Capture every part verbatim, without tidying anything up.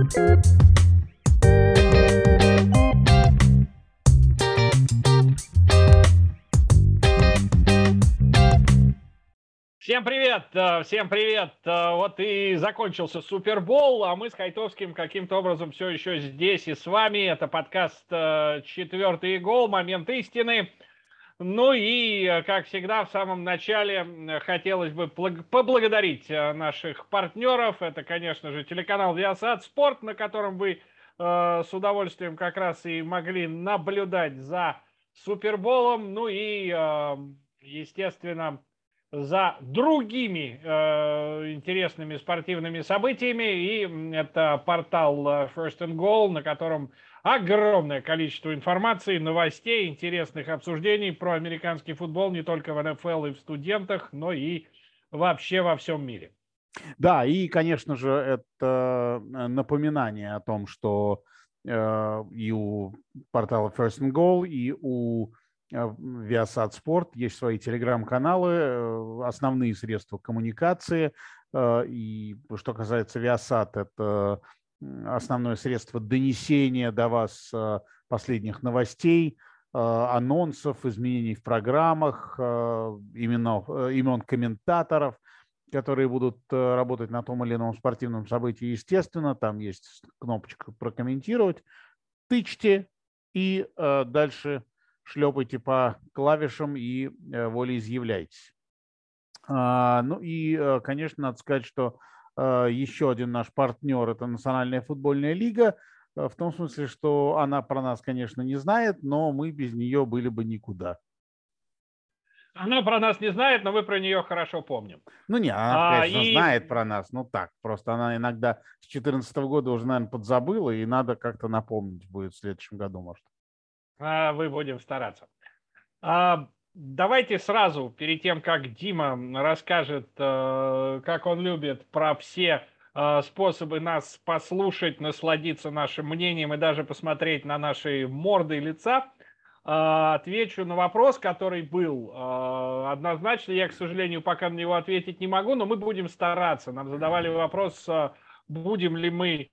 Всем привет, э, всем привет. Э, Вот и закончился Супербол, а мы с Хайтовским каким-то образом все еще здесь и с вами. Это подкаст э, «Четвертый гол. Момент истины». Ну и, э, как всегда, в самом начале м, хотелось бы плаг- поблагодарить э, наших партнеров. Это, конечно же, телеканал Viasat Sport, на котором вы э, с удовольствием как раз и могли наблюдать за Суперболом. Ну и, э, естественно, за другими э, интересными спортивными событиями. И м, это портал э, First and Goal, на котором огромное количество информации, новостей, интересных обсуждений про американский футбол не только в эн эф эл и в студентах, но и вообще во всем мире. Да, и, конечно же, это напоминание о том, что э, и у портала First and Goal, и у э, Viasat Sport есть свои телеграм-каналы, э, основные средства коммуникации. Э, и что касается Viasat, это основное средство донесения до вас э, последних новостей, э, анонсов, изменений в программах, э, именно, э, имен комментаторов, которые будут э, работать на том или ином спортивном событии. Естественно, там есть кнопочка «Прокомментировать». Тычьте и э, дальше шлепайте по клавишам и э, волеизъявляйтесь. А, ну и, э, конечно, надо сказать, что э, еще один наш партнер – это Национальная футбольная лига, э, в том смысле, что она про нас, конечно, не знает, но мы без нее были бы никуда. Она про нас не знает, но мы про нее хорошо помним. Ну, не, она, А, конечно, и знает про нас, ну так, просто она иногда с две тысячи четырнадцатого года уже, наверное, подзабыла, и надо как-то напомнить будет в следующем году, может. а, мы будем стараться. А, давайте сразу, перед тем, как Дима расскажет, э, как он любит про все э, способы нас послушать, насладиться нашим мнением и даже посмотреть на наши морды и лица, э, отвечу на вопрос, который был. Э, однозначно, я, к сожалению, пока на него ответить не могу, но мы будем стараться. Нам задавали вопрос, э, будем ли мы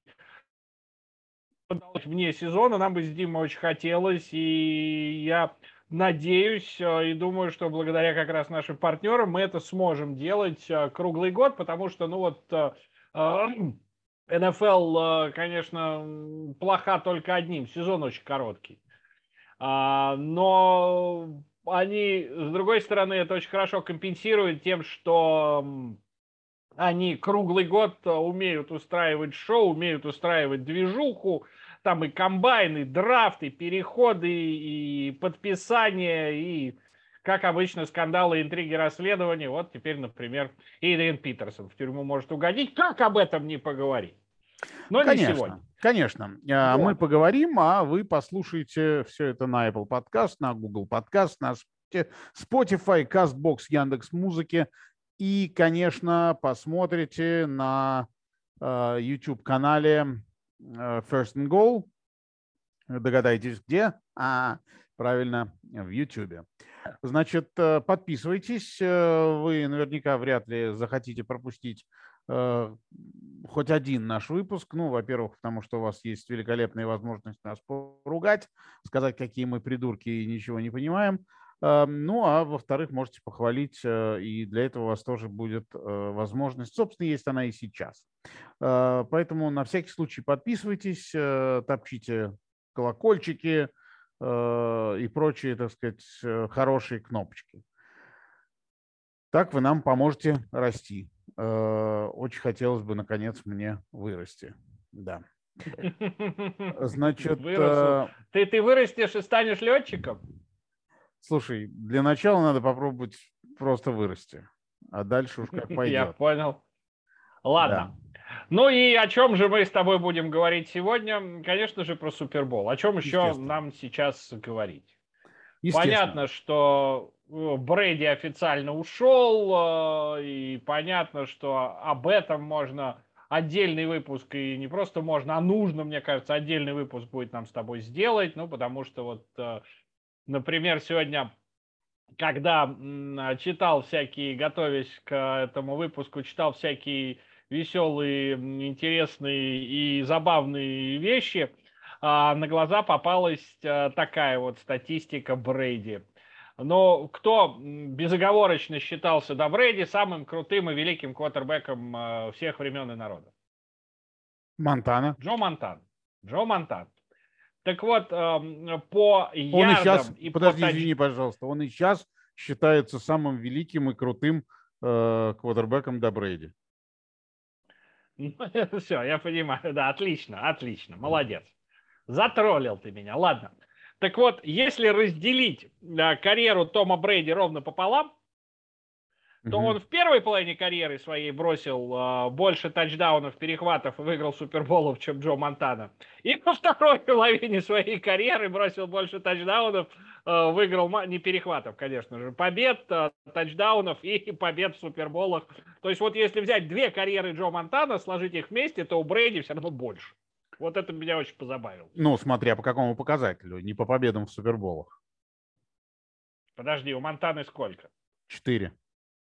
вне сезона. Нам бы с Димой очень хотелось, и я надеюсь э, и думаю, что благодаря как раз нашим партнерам мы это сможем делать э, круглый год, потому что, ну вот, э, э, эн эф эл, э, конечно, м, плоха только одним, сезон очень короткий. А, но они, с другой стороны, это очень хорошо компенсируют тем, что м, они круглый год э, умеют устраивать шоу, умеют устраивать движуху, там и комбайны, и драфты, и переходы, и подписания, и, как обычно, скандалы, интриги, расследования. Вот теперь, например, Эйдриан Питерсон в тюрьму может угодить. Как об этом не поговорить? Но не сегодня. Конечно, конечно. А, Мы Вот. поговорим, а вы послушаете все это на Apple Podcast, на Google Podcast, на Spotify, CastBox, Яндекс.Музыке и, конечно, посмотрите на э, YouTube-канале э, First and Goal. Догадайтесь, где? А, правильно, в YouTube. Значит, э, подписывайтесь. Э, Вы наверняка вряд ли захотите пропустить э, хоть один наш выпуск. Ну, во-первых, потому что у вас есть великолепная возможность нас поругать, сказать, какие мы придурки и ничего не понимаем. Э, Ну, а во-вторых, можете похвалить, э, и для этого у вас тоже будет э, возможность. Собственно, есть она и сейчас. Э, Поэтому на всякий случай подписывайтесь, э, топчите колокольчики э, и прочие, так сказать, э, хорошие кнопочки. Так вы нам поможете расти. Э, Очень хотелось бы, наконец, мне вырасти. Да. Значит, Выросу. э, Ты, ты вырастешь и станешь летчиком? слушай, для начала надо попробовать просто вырасти, а дальше уж как Я пойдет. понял. Да, Ладно. Ну и о чем же мы с тобой будем говорить сегодня? Конечно же, про Супербол. О чем еще естественно. нам сейчас говорить? Естественно. Понятно, что э, Брэди официально ушел, э, и понятно, что об этом можно отдельный выпуск, и не просто можно, а нужно, мне кажется, отдельный выпуск будет нам с тобой сделать, ну, потому что вот, э, например, сегодня, когда м, читал всякие, готовясь к этому выпуску, читал всякие веселые, интересные и забавные вещи, а на глаза попалась такая вот статистика Брейди. Но кто безоговорочно считался до Брейди самым крутым и великим квотербеком всех времен и народов? Монтана. Джо Монтан. Джо Монтан. Так вот, по Он и сейчас, ярдам и по подожди, тач... извини, пожалуйста, он и сейчас считается самым великим и крутым э, квотербеком до Брейди. Все, я понимаю, да, отлично, отлично, молодец. Затроллил ты меня, ладно. Так вот, если разделить э, карьеру Тома Брейди ровно пополам, то Угу. он в первой половине карьеры своей бросил э, больше тачдаунов, перехватов и выиграл суперболов, чем Джо Монтана. И во второй половине своей карьеры бросил больше тачдаунов, э, выиграл, не перехватов, конечно же, побед, э, тачдаунов и побед в суперболах. То есть вот если взять две карьеры Джо Монтана, сложить их вместе, то у Брейди все равно больше. Вот это меня очень позабавило. Ну, смотря по какому показателю, не по победам в суперболах. Подожди, у Монтаны сколько? Четыре.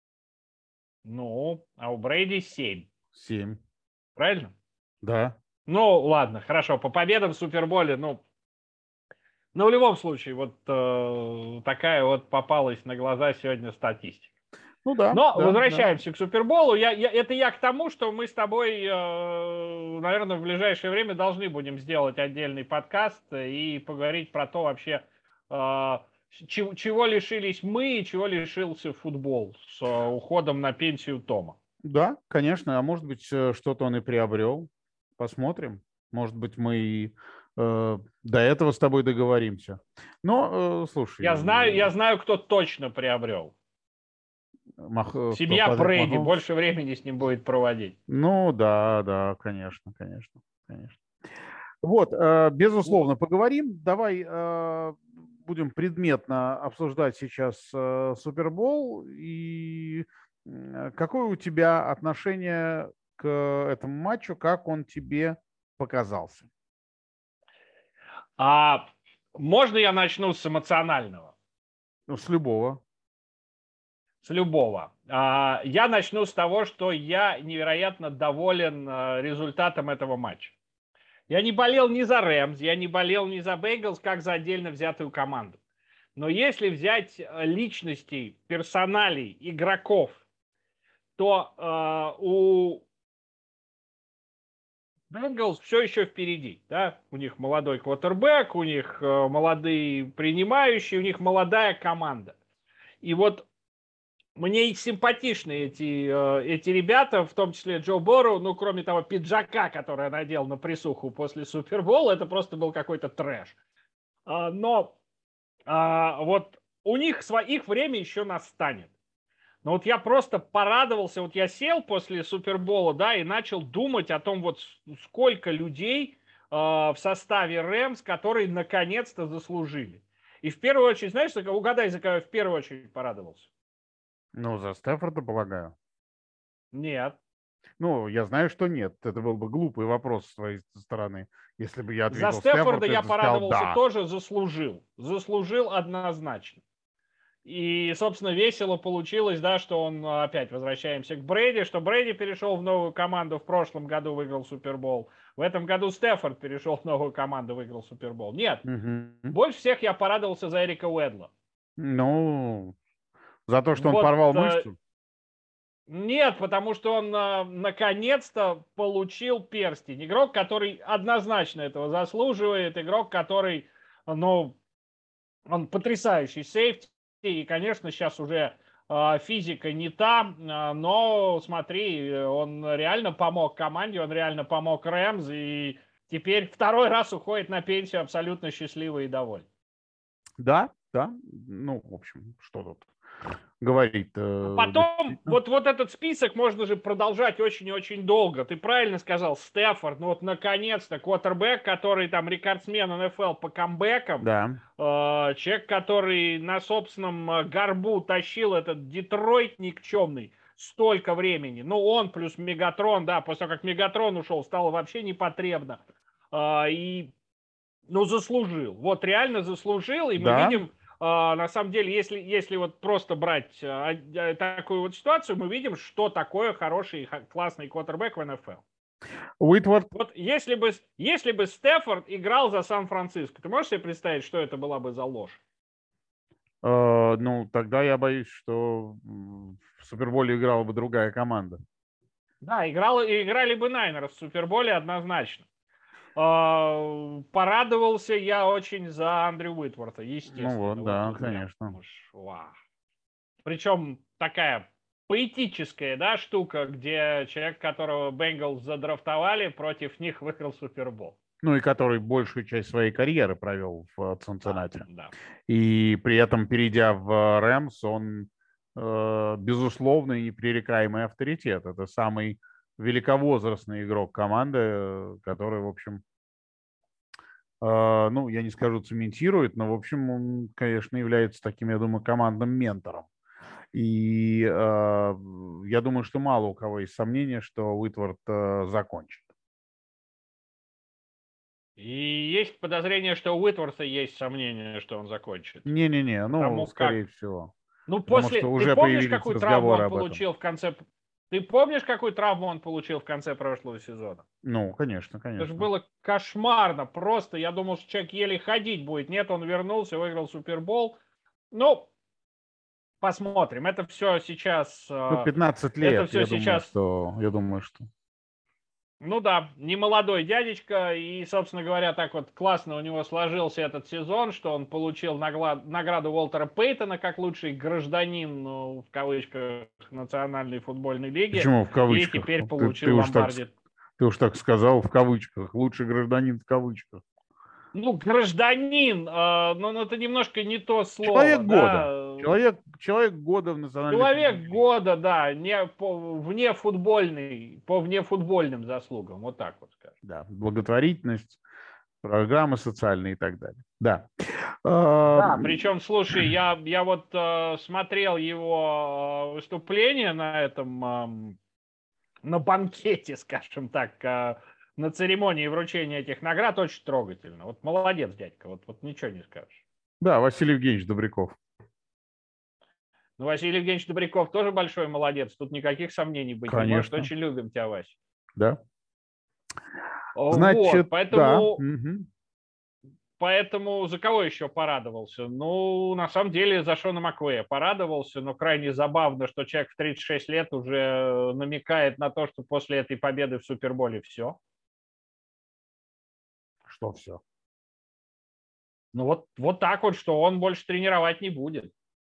Ну, а у Брейди семь. Семь. Правильно? Да. Ну, ладно, хорошо. По победам в Суперболе, ну, но в любом случае, вот э, такая вот попалась на глаза сегодня статистика. Ну да. Но да, возвращаемся да. к Суперболу. Я, я, это я к тому, что мы с тобой, э, наверное, в ближайшее время должны будем сделать отдельный подкаст и поговорить про то вообще, э, чего, чего лишились мы и чего лишился футбол с э, уходом на пенсию Тома. Да, конечно. А может быть, э, что-то он и приобрел. Посмотрим. Может быть, мы и э, до этого с тобой договоримся. Но, э, слушай, Я знаю, я э, знаю, кто точно приобрел. Мах, э, кто, Семья Патрик Брейди Махомс? больше времени с ним будет проводить. Ну да, да, конечно, конечно, конечно. Вот, э, безусловно, поговорим. Давай э, будем предметно обсуждать сейчас э, Супербол. И э, какое у тебя отношение к этому матчу, как он тебе показался? А можно я начну с эмоционального? Ну, с любого. С любого. А, я начну с того, что я невероятно доволен а, результатом этого матча. Я не болел ни за Рэмс, я не болел ни за Бейглс, как за отдельно взятую команду. Но если взять личностей, персоналей, игроков, то э, у Бенгалс все еще впереди. Да? У них молодой квотербек, у них э, молодые принимающие, у них молодая команда. И вот мне симпатичны эти, э, эти ребята, в том числе Джо Борроу, ну, кроме того пиджака, который я надел на присуху после Супербола, это просто был какой-то трэш. А, но а, вот у них своих время еще настанет. Но вот я просто порадовался, вот я сел после Супербола, да, и начал думать о том, вот сколько людей э, в составе Рэмс, которые наконец-то заслужили. И в первую очередь, знаешь, угадай, за кого я в первую очередь порадовался? Ну, за Стефорда, полагаю. Нет. Ну, я знаю, что нет. Это был бы глупый вопрос с твоей стороны. Если бы я За ответил Стефорда Стефорд, я ты сказал порадовался да. тоже, заслужил. Заслужил однозначно. И, собственно, весело получилось, да, что он, опять возвращаемся к Брейди, что Брейди перешел в новую команду, в прошлом году выиграл Супербол. В этом году Стефорд перешел в новую команду, выиграл Супербол. Нет, Угу. больше всех я порадовался за Эрика Уэдла. Ну, за то, что он Вот, порвал э, мышцу? нет, потому что он э, наконец-то получил перстень. Игрок, который однозначно этого заслуживает, игрок, который, ну, он потрясающий сейфти. И, конечно, сейчас уже э, физика не та, э, но смотри, он реально помог команде, он реально помог Рэмс, и теперь второй раз уходит на пенсию абсолютно счастливый и довольный. Да, да. Ну, в общем, что тут говорить. А потом, вот, вот этот список можно же продолжать очень и очень долго. Ты правильно сказал, Стефорд, ну вот наконец-то квотербек, который там рекордсмен эн эф эл по камбэкам, Да. э, человек, который на собственном горбу тащил этот Детройт никчемный столько времени. Ну он плюс Мегатрон, да, после того, как Мегатрон ушел, стало вообще непотребно. Э, и, ну заслужил, вот реально заслужил, и мы Да. видим на самом деле, если, если вот просто брать такую вот ситуацию, мы видим, что такое хороший, классный квотербек в эн эф эл. Уитворд. Вот если бы, если бы Стефорд играл за Сан-Франциско, ты можешь себе представить, что это была бы за ложь? Uh, ну, тогда я боюсь, что в Суперболе играла бы другая команда. Да, играл, играли бы Найнерс в Суперболе однозначно. Uh, порадовался я очень за Андрю Уитворта, естественно. Ну вот, вот да, тут конечно. уж, причем такая поэтическая, да, штука, где человек, которого Бенгалс задрафтовали, против них выиграл Супербол. Ну и который большую часть своей карьеры провел в Цинциннати. Да, да. И при этом, перейдя в Рэмс, он э, безусловный и непререкаемый авторитет. Это самый великовозрастный игрок команды, который, в общем, э, ну, я не скажу цементирует, но, в общем, он, конечно, является таким, я думаю, командным ментором. И э, я думаю, что мало у кого есть сомнения, что Уитворд э, закончит. И есть подозрение, что у Уитворса есть сомнение, что он закончит. Не-не-не, ну, Потому скорее как, всего. ну, Потому после... что Ты уже помнишь, появились какую травму разговоры он об этом. получил в конце... Ты помнишь, какую травму он получил в конце прошлого сезона? Ну, конечно, Это же конечно. было кошмарно. Просто я думал, что человек еле ходить будет. Нет, он вернулся, выиграл Супербол. Ну, посмотрим. Это все сейчас... Ну, э, пятнадцать Это лет, все я думаю, сейчас... что... Я думаю, что... Ну да, не молодой дядечка, и, собственно говоря, так вот классно у него сложился этот сезон, что он получил нагла- награду Уолтера Пейтона как лучший гражданин, ну, в кавычках, Национальной футбольной лиги, Почему в и кавычках? теперь Ты, ты получил уж так, Ломбарди. ты уж так сказал в кавычках. Лучший гражданин в кавычках. Ну, гражданин, э, ну, ну, это немножко не то Человек слово, года. да. Человек, человек года в национальной Человек футбольной лиге. года, да, не по вне футбольный, по внефутбольным заслугам, вот так вот скажем. Да, благотворительность, программы социальные и так далее. Да. Да, причем, слушай, я, я вот э, смотрел его выступление на этом, э, на банкете, скажем так, э, на церемонии вручения этих наград, очень трогательно. Вот молодец, дядька, вот, вот ничего не скажешь. Да, Василий Евгеньевич Добряков. Ну, Василий Евгеньевич Добряков тоже большой молодец, тут никаких сомнений быть не может. Конечно. Очень любим тебя, Вась. Да. Вот, Значит, да. поэтому... Угу. Поэтому за кого еще порадовался? Ну, на самом деле, за Шона Маквея порадовался, но крайне забавно, что человек в тридцать шесть лет уже намекает на то, что после этой победы в Суперболе все. Что все? Ну, вот, вот так вот, что он больше тренировать не будет.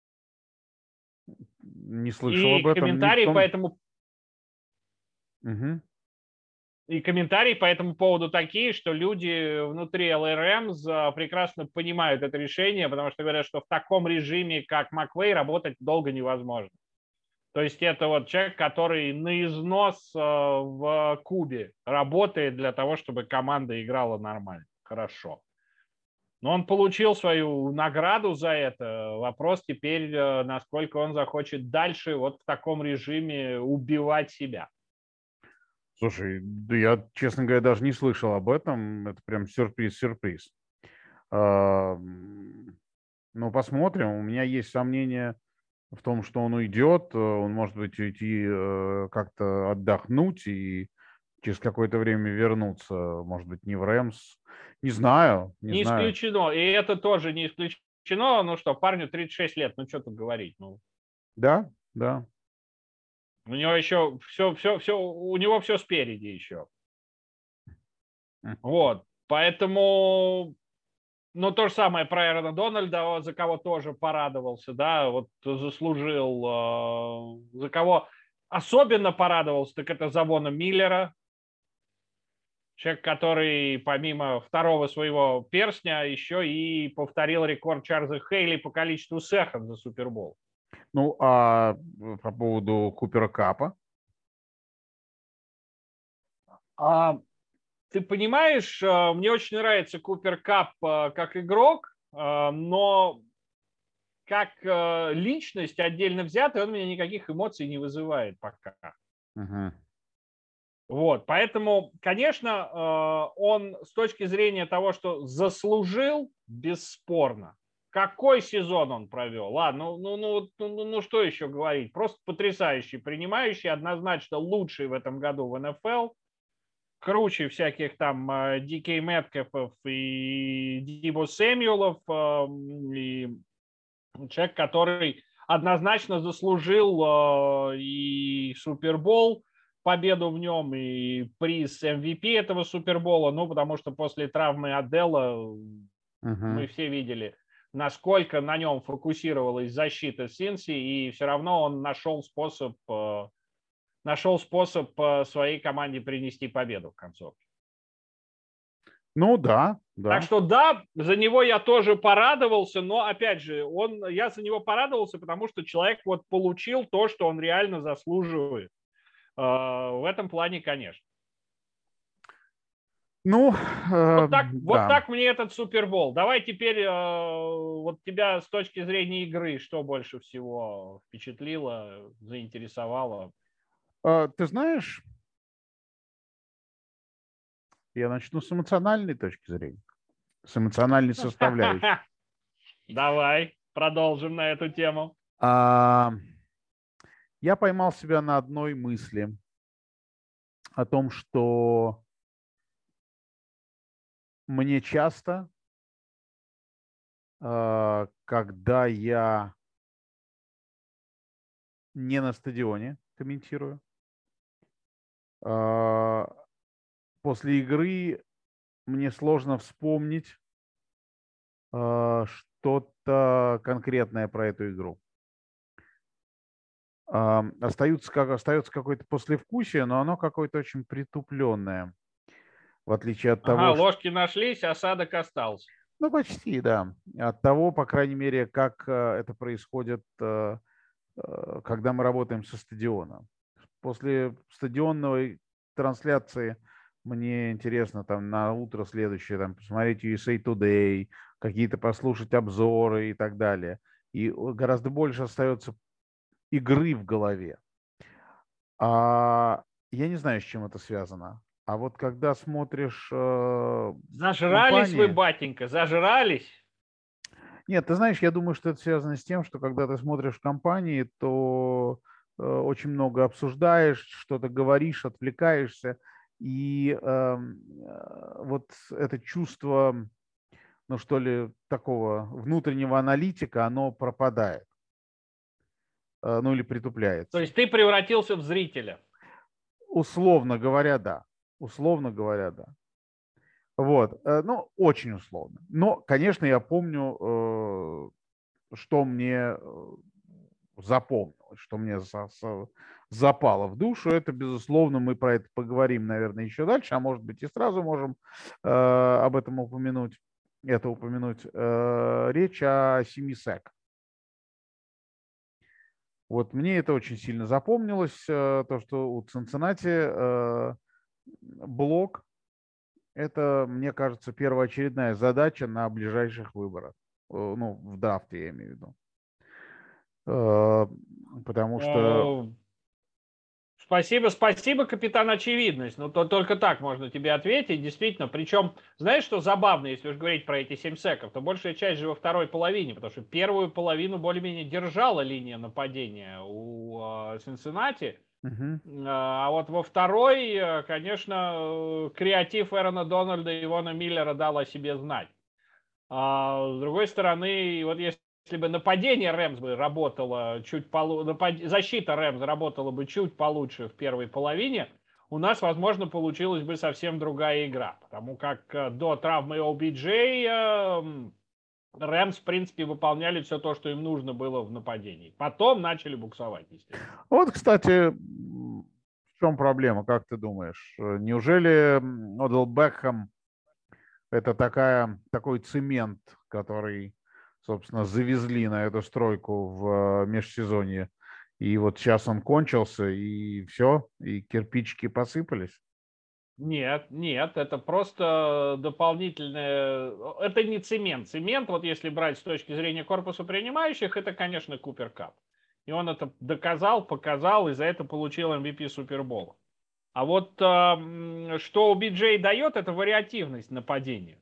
Не слышал И об этом. Не в комментарии по том... этому... Угу. И комментарии по этому поводу такие, что люди внутри эл эй Rams прекрасно понимают это решение, потому что говорят, что в таком режиме, как Маквей, работать долго невозможно. То есть это вот человек, который на износ в Кубе работает для того, чтобы команда играла нормально, хорошо. Но он получил свою награду за это. Вопрос теперь, насколько он захочет дальше вот в таком режиме убивать себя. Слушай, да я, честно говоря, даже не слышал об этом. Это прям сюрприз-сюрприз. А, ну, посмотрим. У меня есть сомнения в том, что он уйдет. Он может быть уйти как-то отдохнуть и через какое-то время вернуться. Может быть, не в Рэмс. Не знаю, не Не знаю. исключено. И это тоже не исключено. Ну что, парню тридцать шесть лет. Ну что тут говорить? Ну, Да, да. у него еще все, все, все, у него все спереди еще. Вот. Поэтому, ну, то же самое про Эрона Дональда, за кого тоже порадовался, да, вот заслужил, за кого особенно порадовался, так это за Вона Миллера. Человек, который помимо второго своего перстня еще и повторил рекорд Чарльза Хейли по количеству сехов за Супербол. Ну, а по поводу Купера Капа? А, ты понимаешь, мне очень нравится Купер Кап как игрок, но как личность отдельно взятая, он у меня никаких эмоций не вызывает пока. Угу. Вот, поэтому, конечно, он с точки зрения того, что заслужил, бесспорно, какой сезон он провел? Ладно, ну, ну, ну, ну, ну что еще говорить? Просто потрясающий, принимающий, однозначно лучший в этом году в эн эф эл. Круче всяких там Ди Кей Меткалфов и Дибо Сэмюэлов. И человек, который однозначно заслужил и Супербол, победу в нем, и приз эм ви пи этого Супербола, ну, потому что после травмы Аделла uh-huh. мы все видели, насколько на нем фокусировалась защита Синси, и все равно он нашел способ, нашел способ своей команде принести победу в концовке. Ну да, да. Так что да, за него я тоже порадовался, но опять же, он, я за него порадовался, потому что человек вот получил то, что он реально заслуживает. В этом плане, конечно. Ну, э, вот, так, да. вот так мне этот Супербол. Давай теперь э, вот тебя с точки зрения игры, что больше всего впечатлило, заинтересовало? Э, ты знаешь, я начну с эмоциональной точки зрения, с эмоциональной составляющей. Давай продолжим на эту тему. Я поймал себя на одной мысли о том, что мне часто, когда я не на стадионе комментирую, после игры мне сложно вспомнить что-то конкретное про эту игру. Остается, как, остается какое-то послевкусие, но оно какое-то очень притупленное. В отличие от ага, того, ложки что... нашлись, осадок остался. Ну, почти, да. От того, по крайней мере, как это происходит, когда мы работаем со стадиона. После стадионной трансляции мне интересно там на утро следующее там, посмотреть ю эс эй Today, какие-то послушать обзоры и так далее. И гораздо больше остается игры в голове. А я не знаю, с чем это связано. А вот когда смотришь... Э, зажрались компании... вы, батенька, зажрались? Нет, ты знаешь, я думаю, что это связано с тем, что когда ты смотришь в компании, то э, очень много обсуждаешь, что-то говоришь, отвлекаешься. И э, вот это чувство, ну что ли, такого внутреннего аналитика, оно пропадает. Э, ну или притупляется. То есть ты превратился в зрителя? Условно говоря, да. Условно говоря, да. Вот, ну, очень условно. Но, конечно, я помню, что мне запомнилось, что мне запало в душу. Это, безусловно, мы про это поговорим, наверное, еще дальше, а может быть и сразу можем об этом упомянуть. Это упомянуть. Речь о семи сэк. Вот мне это очень сильно запомнилось, то, что у Цинциннати блок — это, мне кажется, первоочередная задача на ближайших выборах. Ну, в драфте, я имею в виду. Потому что... Спасибо, спасибо, капитан Очевидность. Ну, то, только так можно тебе ответить, действительно. Причем, знаешь, что забавно, если уж говорить про эти семь секов, то большая часть же во второй половине, потому что первую половину более-менее держала линия нападения у э, Цинциннати. Uh-huh. А вот во второй, конечно, креатив Эрона Дональда и Ивона Миллера дал о себе знать. А с другой стороны, вот если Если бы нападение Рэмс бы работало чуть получше, защита Рэмс работала бы чуть получше в первой половине, у нас, возможно, получилась бы совсем другая игра. Потому как до травмы о би джей Рэмс, в принципе, выполняли все то, что им нужно было в нападении. Потом начали буксовать, естественно. Вот, кстати, в чем проблема, как ты думаешь? Неужели Одел Бекхэм — это такая, такой цемент, который, собственно, завезли на эту стройку в межсезонье, и вот сейчас он кончился, и все, и кирпичики посыпались? Нет, нет, это просто дополнительное... Это не цемент. Цемент, вот если брать с точки зрения корпуса принимающих, это, конечно, Купер Кап. И он это доказал, показал, и за это получил эм ви пи Супербола. А вот э, что у би джей дает, это вариативность нападения.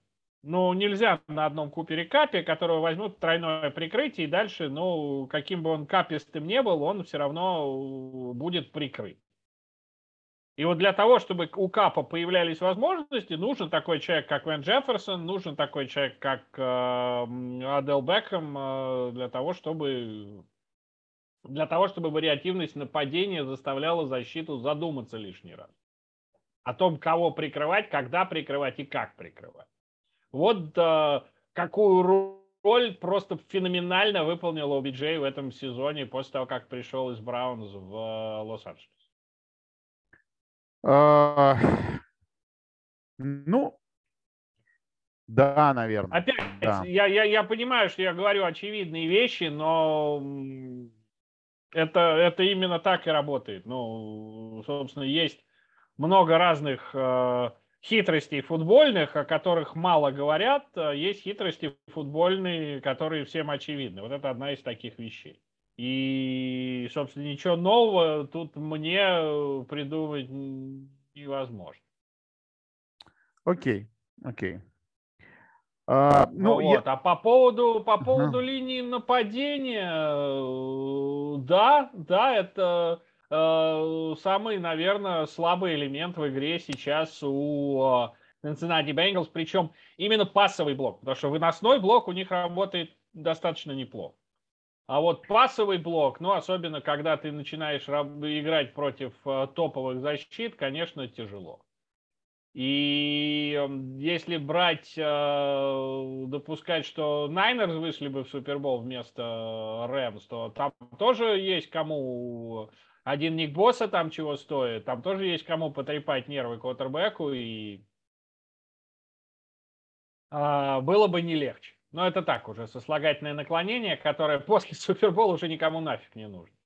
Ну, нельзя на одном Купере Капе, которого возьмут тройное прикрытие, и дальше, ну, каким бы он капистым не был, он все равно будет прикрыт. И вот для того, чтобы у Капа появлялись возможности, нужен такой человек, как Вен Джефферсон, нужен такой человек, как э, Адел Бекхэм, э, для того, чтобы для того, чтобы вариативность нападения заставляла защиту задуматься лишний раз о том, кого прикрывать, когда прикрывать и как прикрывать. Вот э, какую роль просто феноменально выполнил О Би Джей в этом сезоне после того, как пришел из Браунс в э, Лос-Анджелес. А, ну, да, наверное, Опять, да. я, я, я понимаю, что я говорю очевидные вещи, но это, это именно так и работает. Ну, собственно, есть много разных э, хитростей футбольных, о которых мало говорят. Есть хитрости футбольные, которые всем очевидны. Вот это одна из таких вещей. И, собственно, ничего нового тут мне придумать невозможно. Окей, окей. А, ну, я... Вот. А по поводу, по Ага. поводу линии нападения, э, да, да, это э, самый, наверное, слабый элемент в игре сейчас у э, Cincinnati Bengals, причем именно пассовый блок, потому что выносной блок у них работает достаточно неплохо. А вот пассовый блок, ну, особенно когда ты начинаешь играть против э, топовых защит, конечно, тяжело. И если брать, э, допускать, что Найнерс вышли бы в Супербол вместо Рэмс, то там тоже есть кому, один Ник Босса там чего стоит, там тоже есть кому потрепать нервы квотербеку, и э, было бы не легче. Но это так уже, сослагательное наклонение, которое после Супербола уже никому нафиг не нужно.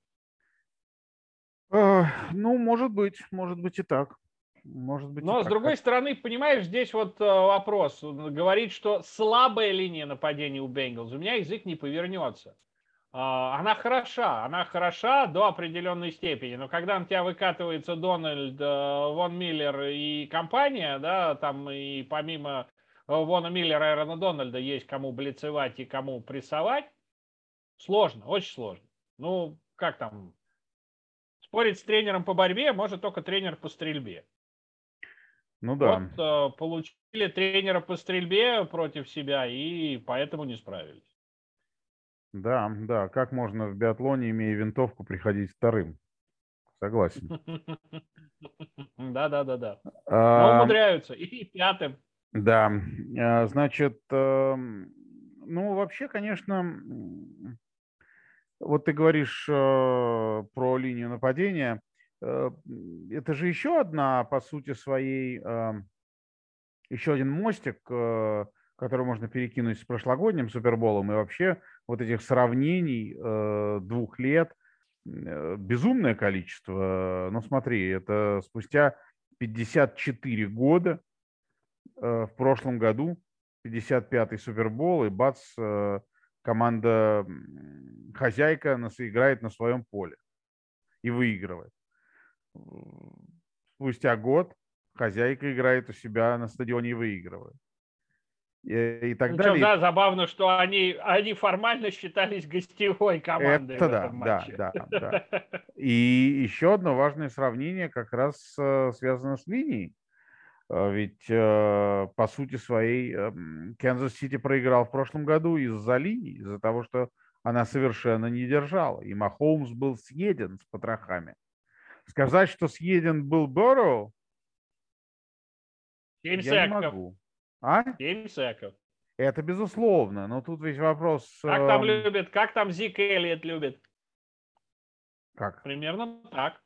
Э, ну, может быть, может быть и так. Может быть и Но, с так. другой стороны, понимаешь, здесь вот э, вопрос. Говорит, что слабая линия нападения у Бенгалс. У меня язык не повернется. А, она хороша, она хороша до определенной степени. Но когда на тебя выкатывается Дональд, э, Вон Миллер и компания, да, там и помимо э, Вона Миллера и Эрона Дональда есть кому блицевать и кому прессовать, сложно, очень сложно. Ну, как там, спорить с тренером по борьбе может только тренер по стрельбе. Ну Вот да. э, получили тренера по стрельбе против себя и поэтому не справились. Да, да. Как можно в биатлоне, имея винтовку, приходить вторым? Согласен. Да, да, да, да. Но А, умудряются. И пятым. да. А, значит, эм, ну, вообще, конечно, м, вот ты говоришь э, про линию нападения. Э, м, Это же еще одна, по сути своей, э, еще один мостик, э, который можно перекинуть с прошлогодним Суперболом, и вообще вот этих сравнений э, двух лет э, безумное количество. Ну смотри, это спустя пятьдесят четыре года, э, в прошлом году пятьдесят пятый Супербол, и бац, э, команда м, хозяйка нас играет на своем поле и выигрывает. Спустя год хозяйка играет у себя на стадионе и выигрывает. И, и так Причем, далее. да, забавно, что они, они формально считались гостевой командой в Это да, этом да, матче. да, да. И еще одно важное сравнение как раз э, связано с линией. Э, Ведь э, по сути своей Канзас-Сити проиграл в прошлом году из-за линии, из-за того, что она совершенно не держала. И Махоумс был съеден с потрохами. Сказать, что съеден был Борроу, Семь я не секов. могу. А? Семь секов. Это безусловно, но тут ведь вопрос, Как там эм, любит, как там Зик Эллиот любит? как? Примерно так.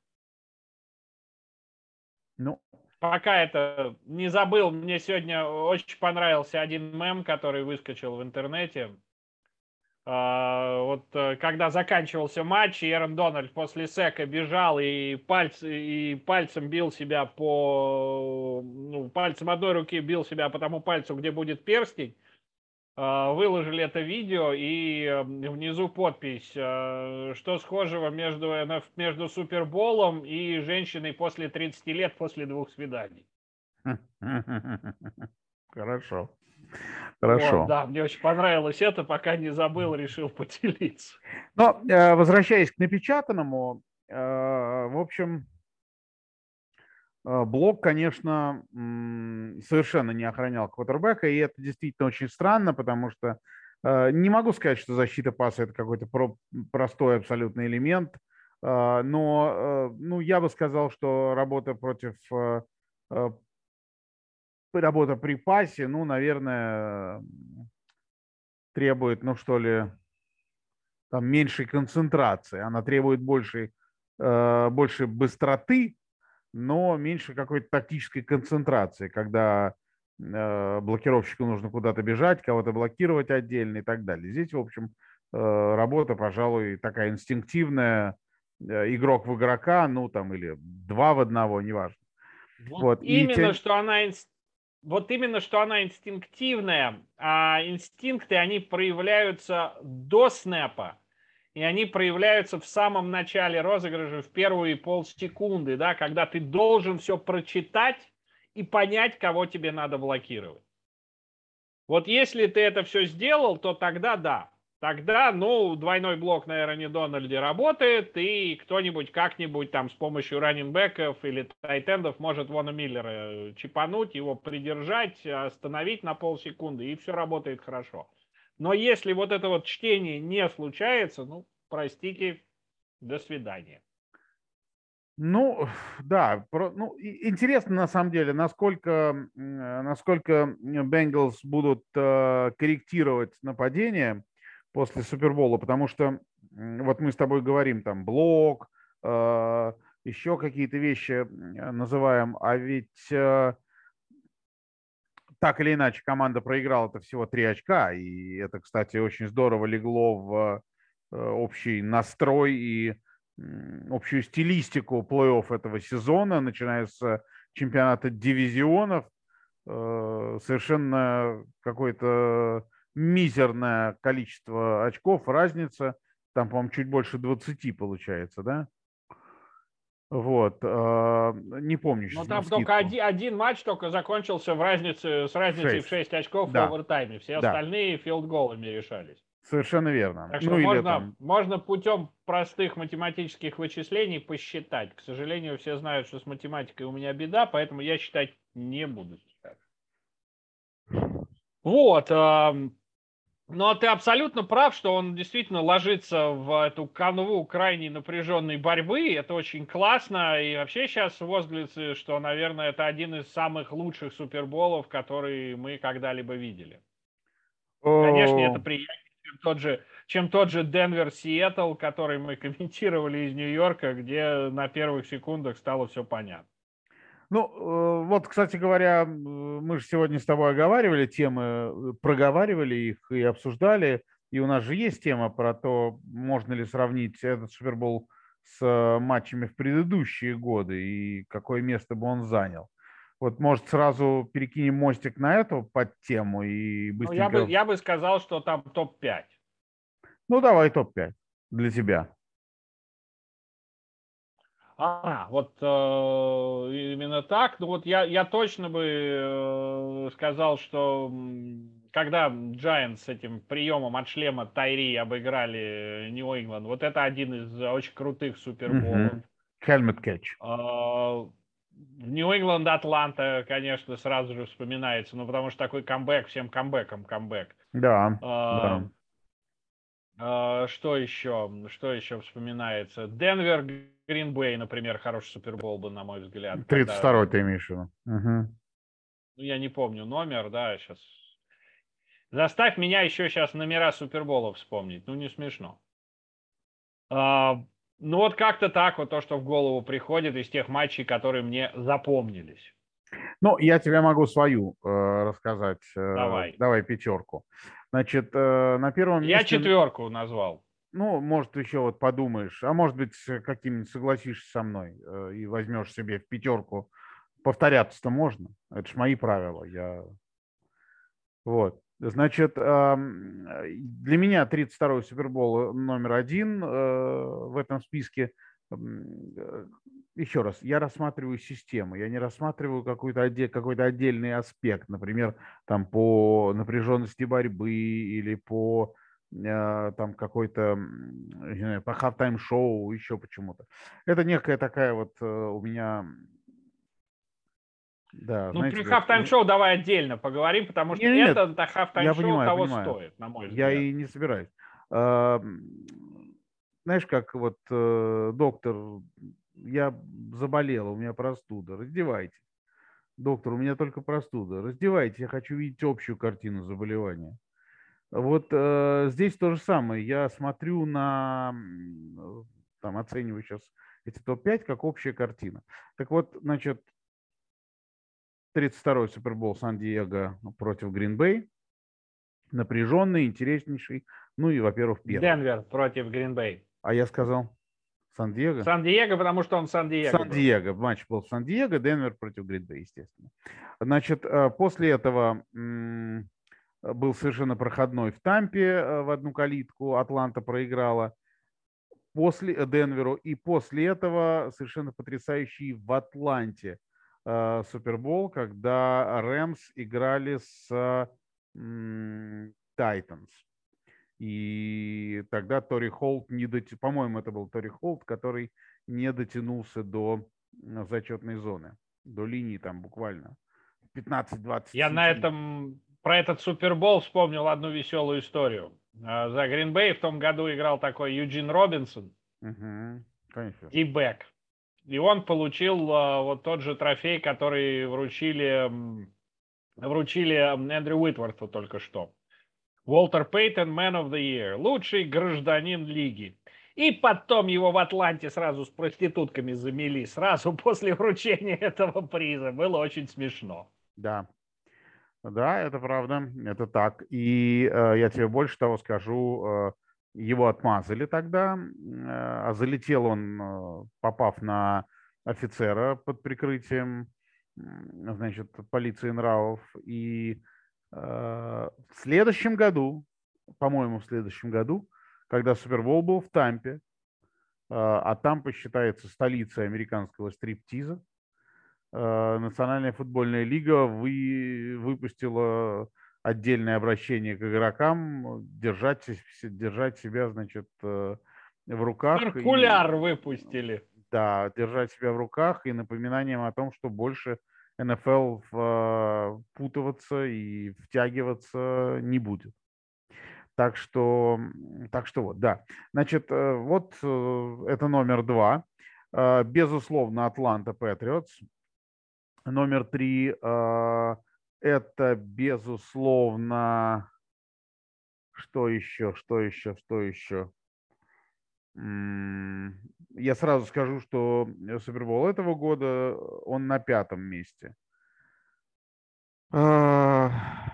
Ну, Пока это не забыл, мне сегодня очень понравился один мем, который выскочил в интернете. А, вот э, когда заканчивался матч, и Эрон Дональд после сека бежал и, пальц, и пальцем бил себя по... Ну, пальцем одной руки бил себя по тому пальцу, где будет перстень. А, выложили это видео, и э, внизу подпись, э, что схожего между, между Суперболом и женщиной после тридцати лет, после двух свиданий. хорошо. Вот, Хорошо. да, мне очень понравилось это, пока не забыл, решил поделиться. Но э, возвращаясь к напечатанному, э, в общем, э, Блок, конечно, м, совершенно не охранял квотербека, и это действительно очень странно, потому что э, не могу сказать, что защита паса это какой-то про- простой абсолютный элемент, э, но э, ну, я бы сказал, что работа против э, э, работа при пасе, ну, наверное, требует, ну что ли, там меньшей концентрации, она требует большей, э, большей быстроты, но меньше какой-то тактической концентрации, когда э, блокировщику нужно куда-то бежать, кого-то блокировать отдельно и так далее. Здесь, в общем, э, работа, пожалуй, такая инстинктивная, э, игрок в игрока, ну там или два в одного, неважно. Вот Вот. И именно, те- что она инс- вот именно, что она инстинктивная, а инстинкты, они проявляются до снэпа, и они проявляются в самом начале розыгрыша, в первые полсекунды, да, когда ты должен все прочитать и понять, кого тебе надо блокировать. Вот если ты это все сделал, то тогда да. Тогда, ну, двойной блок на Эроне Дональде работает, и кто-нибудь как-нибудь там с помощью раннинбеков или тайтендов может Вона Миллера чипануть, его придержать, остановить на полсекунды, и все работает хорошо. Но если вот это вот чтение не случается, ну, простите, до свидания. Ну, да, про- ну, и- интересно на самом деле, насколько, м, э, насколько Бенгалс будут э, корректировать нападение после Супербола, потому что м, вот мы с тобой говорим там блок, э, еще какие-то вещи м, называем, а ведь э, так или иначе команда проиграла это всего три очка, и это, кстати, очень здорово легло в э, общий настрой и м, общую стилистику плей-офф этого сезона, начиная с чемпионата дивизионов. Э, Совершенно какое-то мизерное количество очков, разница, там, по-моему, чуть больше двадцати получается, да? Вот, э, не помню Но сейчас там только навскидку. один, один матч только закончился в разнице, с разницей в Шесть. шесть очков в Да, овертайме. Все да. остальные филдголами решались. Совершенно верно. Так что Ну или можно, там, можно путем простых математических вычислений посчитать. К сожалению, все знают, что с математикой у меня беда, поэтому я считать не буду сейчас. Вот. ам, Но ты абсолютно прав, что он действительно ложится в эту канву крайней напряженной борьбы. Это очень классно. И вообще сейчас возгласы, что, наверное, это один из самых лучших суперболов, которые мы когда-либо видели. Конечно, это о, приятнее, чем тот же, чем тот же Денвер Сиэтл, который мы комментировали из Нью-Йорка, где на первых секундах стало все понятно. ну, э, вот, кстати говоря, м, мы же сегодня с тобой оговаривали темы, э, проговаривали их и обсуждали, и у нас же есть тема про то, можно ли сравнить этот Супербол с э, матчами в предыдущие годы и какое место бы он занял. Вот, может, сразу перекинем мостик на эту подтему и Ну, я бы, быстренько... я бы сказал, что там топ пять. Ну, давай топ пять для тебя. А, вот э, именно так. Ну вот я, я точно бы э, сказал, что м, когда Giants с этим приемом от шлема Тайри обыграли Нью-Ингланд, вот это один из очень крутых суперболов. Угу. Helmet catch. А, Нью-Ингланд, Атланта, конечно, сразу же вспоминается, ну потому что такой камбэк, всем камбэком камбэк. Да, А, да. а, Что еще? Что еще вспоминается? Денвер, Гринбей, например, хороший супербол был, на мой взгляд, тридцать когда, второй ты ну, имеешь в виду. Мгм. я не помню номер, да, сейчас. Заставь меня еще сейчас номера суперболов вспомнить, ну не смешно. А, ну вот как-то так вот то, что в голову приходит из тех матчей, которые мне запомнились. Ну, я тебе могу свою э, рассказать. Э, Давай. давай пятерку. Значит, э, на первом Я месте, четверку назвал. ну, может, еще вот подумаешь, а может быть, с каким-нибудь согласишься со мной э, и возьмешь себе в пятерку. Повторяться-то можно. Это ж мои правила. Я... Вот. Значит, эм, для меня тридцать второй Супербол номер один э, в этом списке. М, э, еще раз, я рассматриваю систему, я не рассматриваю какой-то отдель, какой-то отдельный аспект, например, там по напряженности борьбы или по э, там какой-то, м, не знаю, по halftime шоу, еще почему-то. Это некая такая вот э, у меня, да, Ну, знаете, про как... halftime шоу давай отдельно поговорим, потому что Нет, нет, это до halftime я шоу понимаю, того понимаю. стоит, на мой Я взгляд. и не собираюсь. А, знаешь, как вот э, доктор, я заболела, у меня простуда, раздевайтесь. Доктор, у меня только простуда. Раздевайтесь, я хочу видеть общую картину заболевания. Вот э, здесь то же самое. Я смотрю на, м, там, оцениваю сейчас эти топ пять как общая картина. Так вот, значит, тридцать второй Супербол Сан-Диего против Грин-Бэй. Напряженный, интереснейший. Ну и, во-первых, первый. Денвер против Грин-Бэй. А я сказал Сан-Диего? Сан-Диего, потому что он в Сан-Диего был. Сан-Диего. Матч был в Сан-Диего, Денвер против Грин-Бэй, естественно. Значит, э, после этого м, был совершенно проходной в Тампе э, в одну калитку. Атланта проиграла после э, Денверу. И после этого совершенно потрясающий в Атланте э, Супербол, когда Рэмс играли с м, Тайтанс. И тогда Тори Холт не дотянулся, по-моему, это был Тори Холт, который не дотянулся до м, зачетной зоны, до линии там буквально пятнадцать-двадцать Я на сантиметров. этом, про этот Супербол вспомнил одну веселую историю. А, За Грин-Бэй в том году играл такой Юджин Робинсон, Угу, конечно. дибэк. И он получил а, вот тот же трофей, который вручили, м, вручили м, Эндрю Уитворту только что. Уолтер Пейтон, Man of the Year, лучший гражданин лиги. И потом его в Атланте сразу с проститутками замели, сразу после вручения этого приза. Было очень смешно. Да, да, это правда, это так. И э, я тебе больше того скажу, э, его отмазали тогда, м, э, а залетел он, э, попав на офицера под прикрытием, м, значит, полиции нравов. И э, в следующем году, по-моему, в следующем году, когда Супербол был в Тампе, э, а Тампа считается столицей американского стриптиза, э, Национальная футбольная лига вы, выпустила отдельное обращение к игрокам держать, се- держать себя, значит, э, в руках и Циркуляр выпустили. да, держать себя в руках и напоминанием о том, что больше эн эф эл впутываться и втягиваться не будет. Так что, м, так что вот, да. Значит, э, вот э, это номер два. Э, Безусловно, Атланта Патриотс. Номер три э, это, безусловно, что еще, что еще, что еще? М, Я сразу скажу, что Супербол этого года, он на пятом месте. А,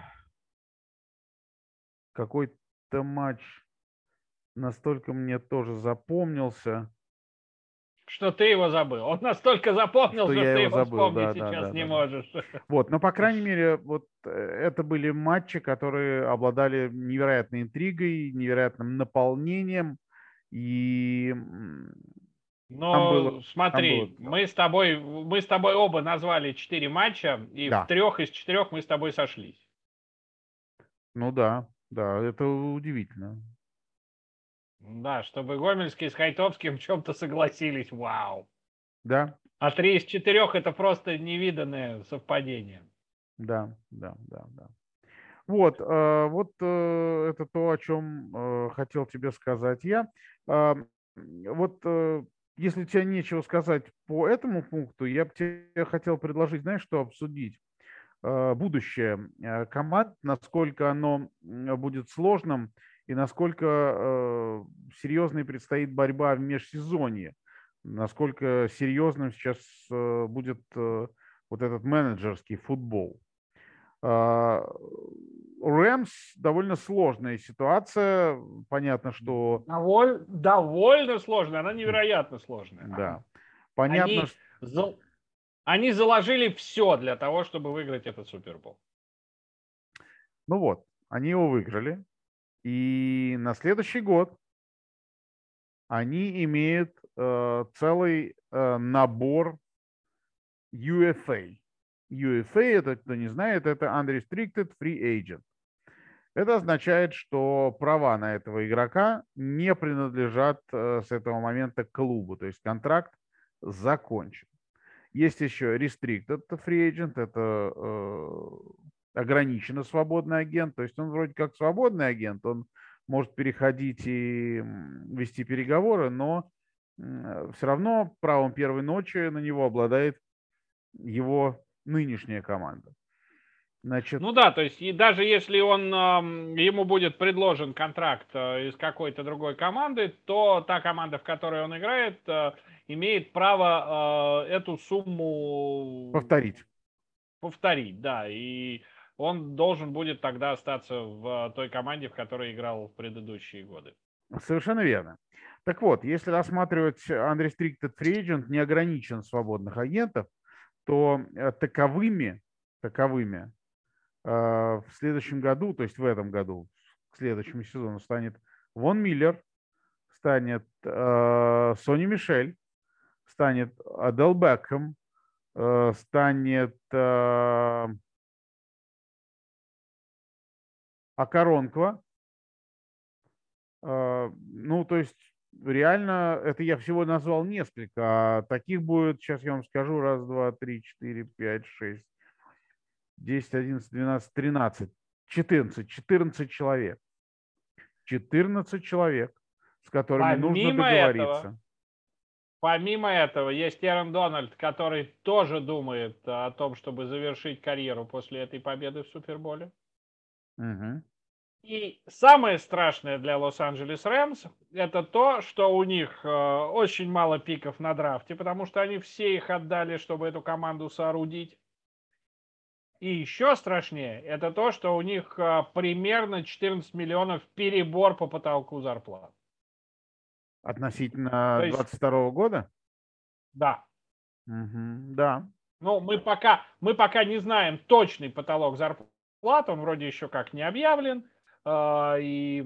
Какой-то матч настолько мне тоже запомнился, Что ты его забыл. Он настолько запомнил, что что я ты его его забыл. вспомнить Да, да, сейчас да, не да, да. можешь. Вот, но, по крайней мере, вот э, это были матчи, которые обладали невероятной интригой, невероятным наполнением, и м, там было, Но там было смотри, все. мы с тобой, мы с тобой оба назвали четыре матча, и в Да, трех из четырех мы с тобой сошлись. ну да, да, это удивительно. Да, чтобы Гомельский с Хайтовским в чем-то согласились. Вау. Да, А три из четырех это просто невиданное совпадение. да, да, да, да. Вот, э, вот э, это то, о чем э, хотел тебе сказать я. А, Вот э, если тебе нечего сказать по этому пункту, я бы тебе хотел предложить, знаешь, что обсудить? Э, Будущее э, команд, насколько оно м, будет сложным и насколько э, серьезной предстоит борьба в межсезонье, насколько серьезным сейчас э, будет э, вот этот менеджерский футбол. А, У Рэмс довольно сложная ситуация. Понятно, что Доволь- довольно сложно, она невероятно сложная. да, понятно, Они, что зал- они заложили все для того, чтобы выиграть этот Супербол. ну вот, они его выиграли. И на следующий год они имеют э, целый набор ю эф эй. ю эф эй, это кто не знает, это Unrestricted Free Agent. Это означает, что права на этого игрока не принадлежат с этого момента клубу, то есть контракт закончен. Есть еще Restricted Free Agent, это э, ограниченно свободный агент, то есть он вроде как свободный агент, он может переходить и вести переговоры, но э, все равно правом первой ночи на него обладает его нынешняя команда. Значит... Ну да, то есть и даже если он, ему будет предложен контракт из какой-то другой команды, то та команда, в которой он играет, имеет право эту сумму повторить. Повторить, да. И он должен будет тогда остаться в той команде, в которой играл в предыдущие годы. Совершенно верно. Так вот, если рассматривать Unrestricted Free Agent, неограничен свободных агентов, то таковыми, таковыми в следующем году, то есть в этом году, к следующему сезону станет Вон Миллер, станет э, Сони Мишель, станет Адел Бекхэм, э, станет э, Окоронква. Э, ну, то есть реально, это я всего назвал несколько, а таких будет, сейчас я вам скажу, раз, два, три, четыре, пять, шесть, десять, одиннадцать, двенадцать, тринадцать, четырнадцать, четырнадцать человек. четырнадцать человек, с которыми Помимо нужно договориться. Этого, помимо этого, есть Эрон Дональд, который тоже думает о том, чтобы завершить карьеру после этой победы в Суперболе. Угу. И самое страшное для Лос-Анджелес Рэмс это то, что у них э, очень мало пиков на драфте, потому что они все их отдали, чтобы эту команду соорудить. И еще страшнее, это то, что у них э, примерно четырнадцать миллионов перебор по потолку зарплат. Относительно двадцать второго года? Да. Угу, да. Ну, мы пока, мы пока не знаем точный потолок зарплат, он вроде еще как не объявлен, э, и,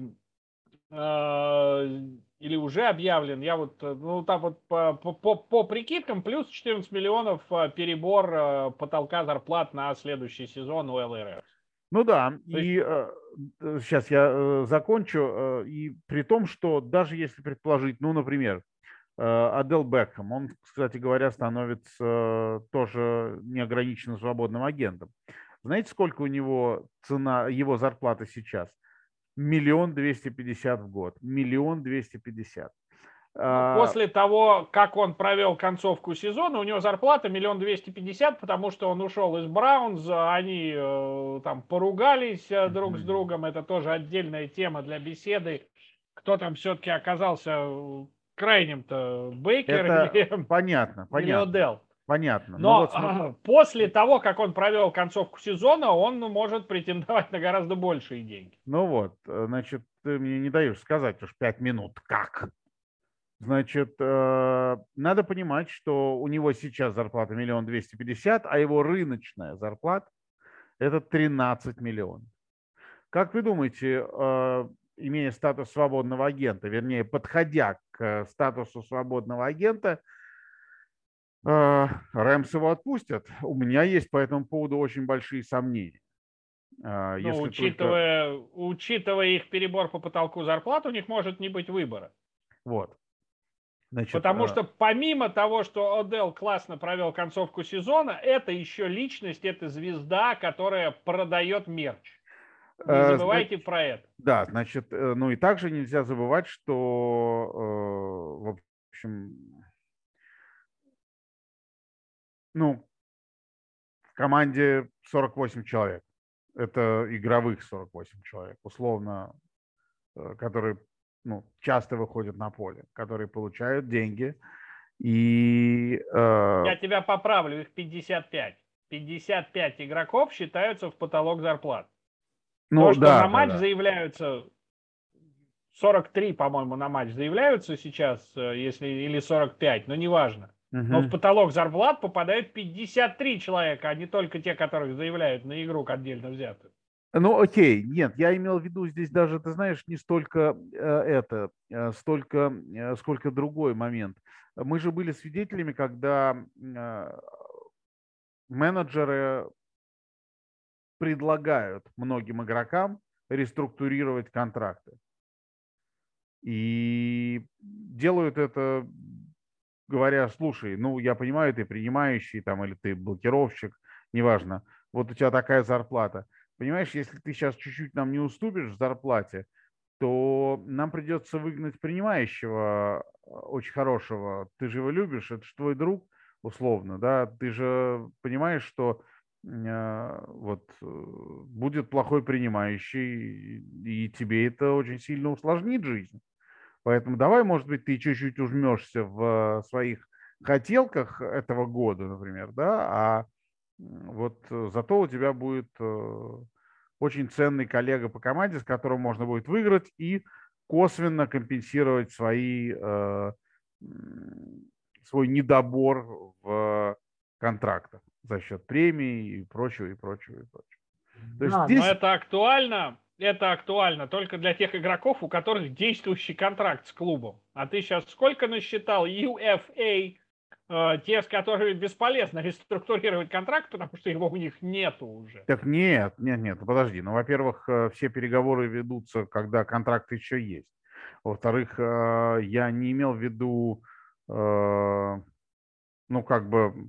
э, или уже объявлен. Я вот, ну, там вот по, по, по прикидкам плюс четырнадцать миллионов перебор э, потолка зарплат на следующий сезон у эл эй Rams. Ну да, То и есть... э, сейчас я э, закончу, э, и при том, что даже если предположить, ну, например, э, Адел Бекхэм, он, кстати говоря, становится э, тоже неограниченно свободным агентом. Знаете, сколько у него цена, его зарплата сейчас? Миллион двести пятьдесят в год. Миллион двести пятьдесят. Ну, после того, как он провел концовку сезона, у него зарплата миллион двести пятьдесят, потому что он ушел из Браунс, они э, там поругались э, друг с другом, это тоже отдельная тема для беседы. Кто там все-таки оказался крайним-то, Бейкер это или, понятно, или понятно, Одел? понятно. Но вот смотри... после того, как он провел концовку сезона, он может претендовать на гораздо большие деньги. Ну вот, значит, ты мне не даешь сказать уж пять минут. Как? Значит, э, надо понимать, что у него сейчас зарплата миллион двести пятьдесят, а его рыночная зарплата это тринадцать миллионов. Как вы думаете, э, имея статус свободного агента, вернее, подходя к статусу свободного агента, э, Рэмс его отпустят? У меня есть по этому поводу очень большие сомнения. Э, ну, учитывая, только... учитывая их перебор по потолку зарплат, у них может не быть выбора. Вот. Значит, Потому э... что помимо того, что Одел классно провел концовку сезона, это еще личность, это звезда, которая продает мерч. Не э, забывайте значит, про это. Да, значит, ну и также нельзя забывать, что, э, в общем, ну, в команде сорок восемь человек. Это игровых сорок восемь человек, условно, э, которые ну, часто выходят на поле, которые получают деньги. И, э... Я тебя поправлю, их пятьдесят пять. пятьдесят пять игроков считаются в потолок зарплат. Ну, То, что да, на матч да, да. заявляются, сорок три, по-моему, на матч заявляются сейчас, если или сорок пять, но неважно. Угу. Но в потолок зарплат попадают пятьдесят три человека, а не только те, которых заявляют на игру отдельно взятую. Ну, окей, нет, я имел в виду здесь даже, ты знаешь, не столько э, это, э, столько, э, сколько другой момент. Мы же были свидетелями, когда э, менеджеры предлагают многим игрокам реструктурировать контракты. И делают это, говоря: слушай, ну я понимаю, ты принимающий там или ты блокировщик, неважно, вот у тебя такая зарплата. Понимаешь, если ты сейчас чуть-чуть нам не уступишь в зарплате, то нам придется выгнать принимающего э, очень хорошего. Ты же его любишь, это же твой друг, условно, да. Ты же понимаешь, что э, вот э, будет плохой принимающий, и тебе это очень сильно усложнит жизнь. Поэтому давай, может быть, ты чуть-чуть ужмешься в своих хотелках этого года, например, да, а вот э, зато у тебя будет э, очень ценный коллега по команде, с которым можно будет выиграть и косвенно компенсировать свои, э, свой недобор в контрактах за счет премий и прочего, и прочего, и прочего. То есть Да, но здесь... это актуально, это актуально только для тех игроков, у которых действующий контракт с клубом. А ты сейчас сколько насчитал ю эф эй, э, те, с которыми бесполезно реструктурировать контракт, потому что его у них нету уже. Так нет, нет, нет, ну подожди. Ну, во-первых, э, все переговоры ведутся, когда контракт еще есть. Во-вторых, э, я не имел в виду, э, ну, как бы,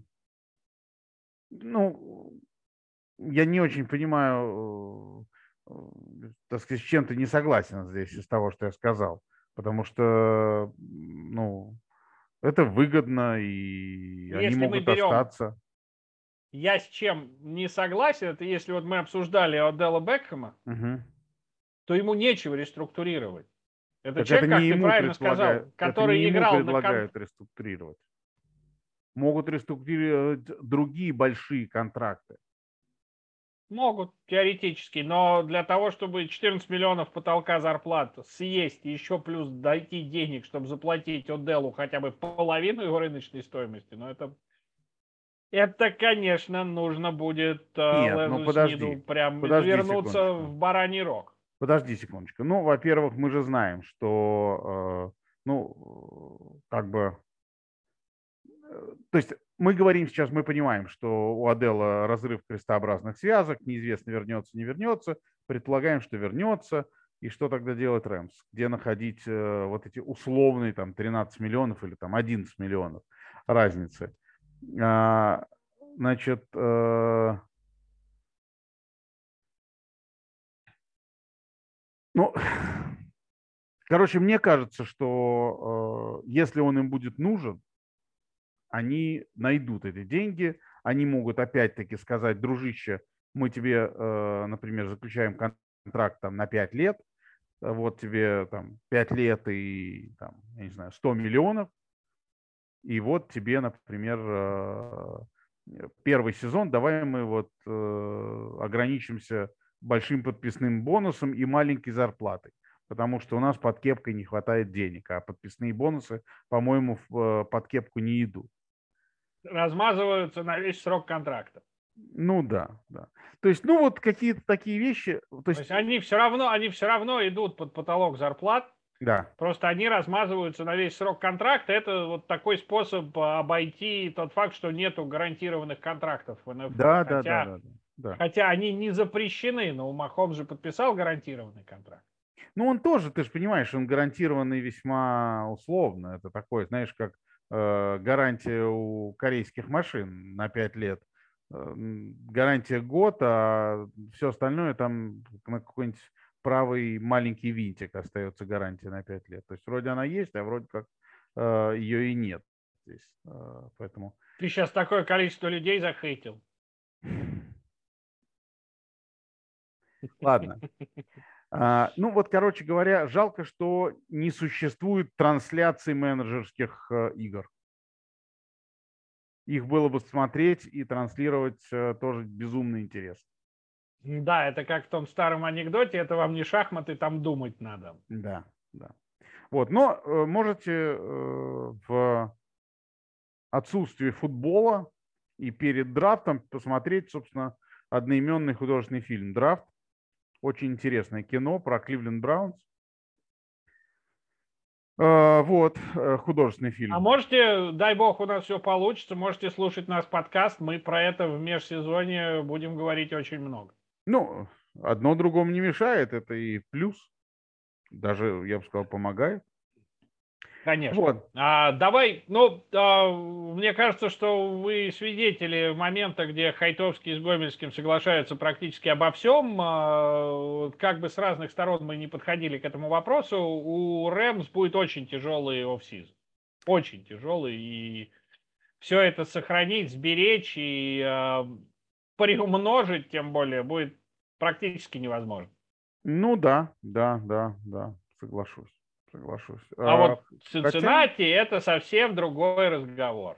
ну, я не очень понимаю, э, э, так сказать, с чем ты не согласен здесь из того, что я сказал. Потому что, ну, это выгодно, и они Если мы могут берем, остаться. я с чем не согласен, это если вот мы обсуждали Оделла Бекхэма, Мгм. то ему нечего реструктурировать. Это Так это человек, не как ты ему правильно предлагают, сказал, это не который ему играл на кон... предлагают реструктурировать. Могут реструктурировать другие большие контракты. Могут, теоретически, но для того, чтобы четырнадцать миллионов потолка зарплат съесть и еще плюс дойти денег, чтобы заплатить Оделлу хотя бы половину его рыночной стоимости, ну это, это, конечно, нужно будет э, Нет, ну Лезу Сниду подожди, прям подожди вернуться секундочку. в бараний рог. Подожди секундочку. Ну, во-первых, мы же знаем, что, э, ну, как бы, э, то есть мы говорим сейчас, мы понимаем, что у Аделла разрыв крестообразных связок, неизвестно, вернется, не вернется, предполагаем, что вернется, и что тогда делать Рэмс? Где находить э, вот эти условные там тринадцать миллионов или там одиннадцать миллионов разницы? А, значит, э, ну, короче, мне кажется, что э, если он им будет нужен, они найдут эти деньги, они могут опять-таки сказать: дружище, мы тебе, э, например, заключаем контракт там, на пять лет, э, вот тебе там пять лет и, там, я не знаю, сто миллионов, и вот тебе, например, э, первый сезон, давай мы вот э, ограничимся большим подписным бонусом и маленькой зарплатой, потому что у нас под кепкой не хватает денег, а подписные бонусы, по-моему, в, э, под кепку не идут. Размазываются на весь срок контракта. Ну да, да. То есть, ну вот какие-то такие вещи, то То есть, есть они все равно, они все равно идут под потолок зарплат, да, просто они размазываются на весь срок контракта. Это вот такой способ обойти тот факт, что нету гарантированных контрактов в эн эф эль. да, да, да, Хотя, да, да, да. хотя они не запрещены, но Махом же подписал гарантированный контракт. Ну он тоже, ты же понимаешь, он гарантированный весьма условно. Это такой, знаешь, как э, гарантия у корейских машин на пять лет. Э, м, гарантия год, а все остальное там на какой-нибудь правый маленький винтик остается гарантия на пять лет. То есть вроде она есть, а вроде как э, ее и нет здесь. Э, поэтому Ты сейчас такое количество людей захейтил. ладно. А, ну вот, короче говоря, жалко, что не существует трансляций менеджерских э, игр. Их было бы смотреть и транслировать э, тоже безумно интересно. Да, это как в том старом анекдоте, это вам не шахматы, там думать надо. Да, да. Вот, но э, можете э, в отсутствии футбола и перед драфтом посмотреть, собственно, одноименный художественный фильм «Драфт». Очень интересное кино про Кливленд Браунс. А, вот, художественный А фильм. можете, дай бог, у нас все получится, можете слушать наш подкаст. Мы про это в межсезонье будем говорить очень много. Ну, одно другому не мешает, это и плюс, даже, я бы сказал, помогает. Конечно. Вот. А, давай, ну, а, мне кажется, что вы свидетели момента, где Хайтовский с Гомельским соглашаются практически обо всем. А, как бы с разных сторон мы не подходили к этому вопросу, у Рэмс будет очень тяжелый офсизон. Очень тяжелый. И все это сохранить, сберечь и а, приумножить, тем более, будет практически невозможно. Ну да, да, да, да, соглашусь, соглашусь. А А, вот хотя, Цинциннати — это совсем другой разговор.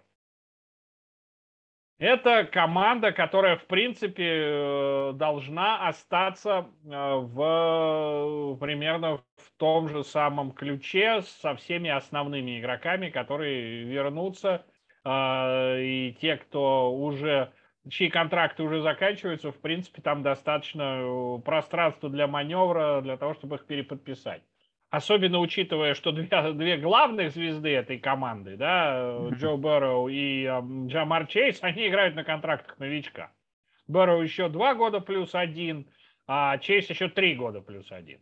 Это команда, которая, в принципе, э, должна остаться э, в примерно в том же самом ключе со всеми основными игроками, которые вернутся. А, И те, кто уже, чьи контракты уже заканчиваются, в принципе, там достаточно э, пространства для маневра, для того, чтобы их переподписать. Особенно учитывая, что две, две главных звезды этой команды, да, Джо Бэрроу и эм, Джамар Чейз, они играют на контрактах новичка. Бэрроу еще два года плюс один, а Чейз еще три года плюс один.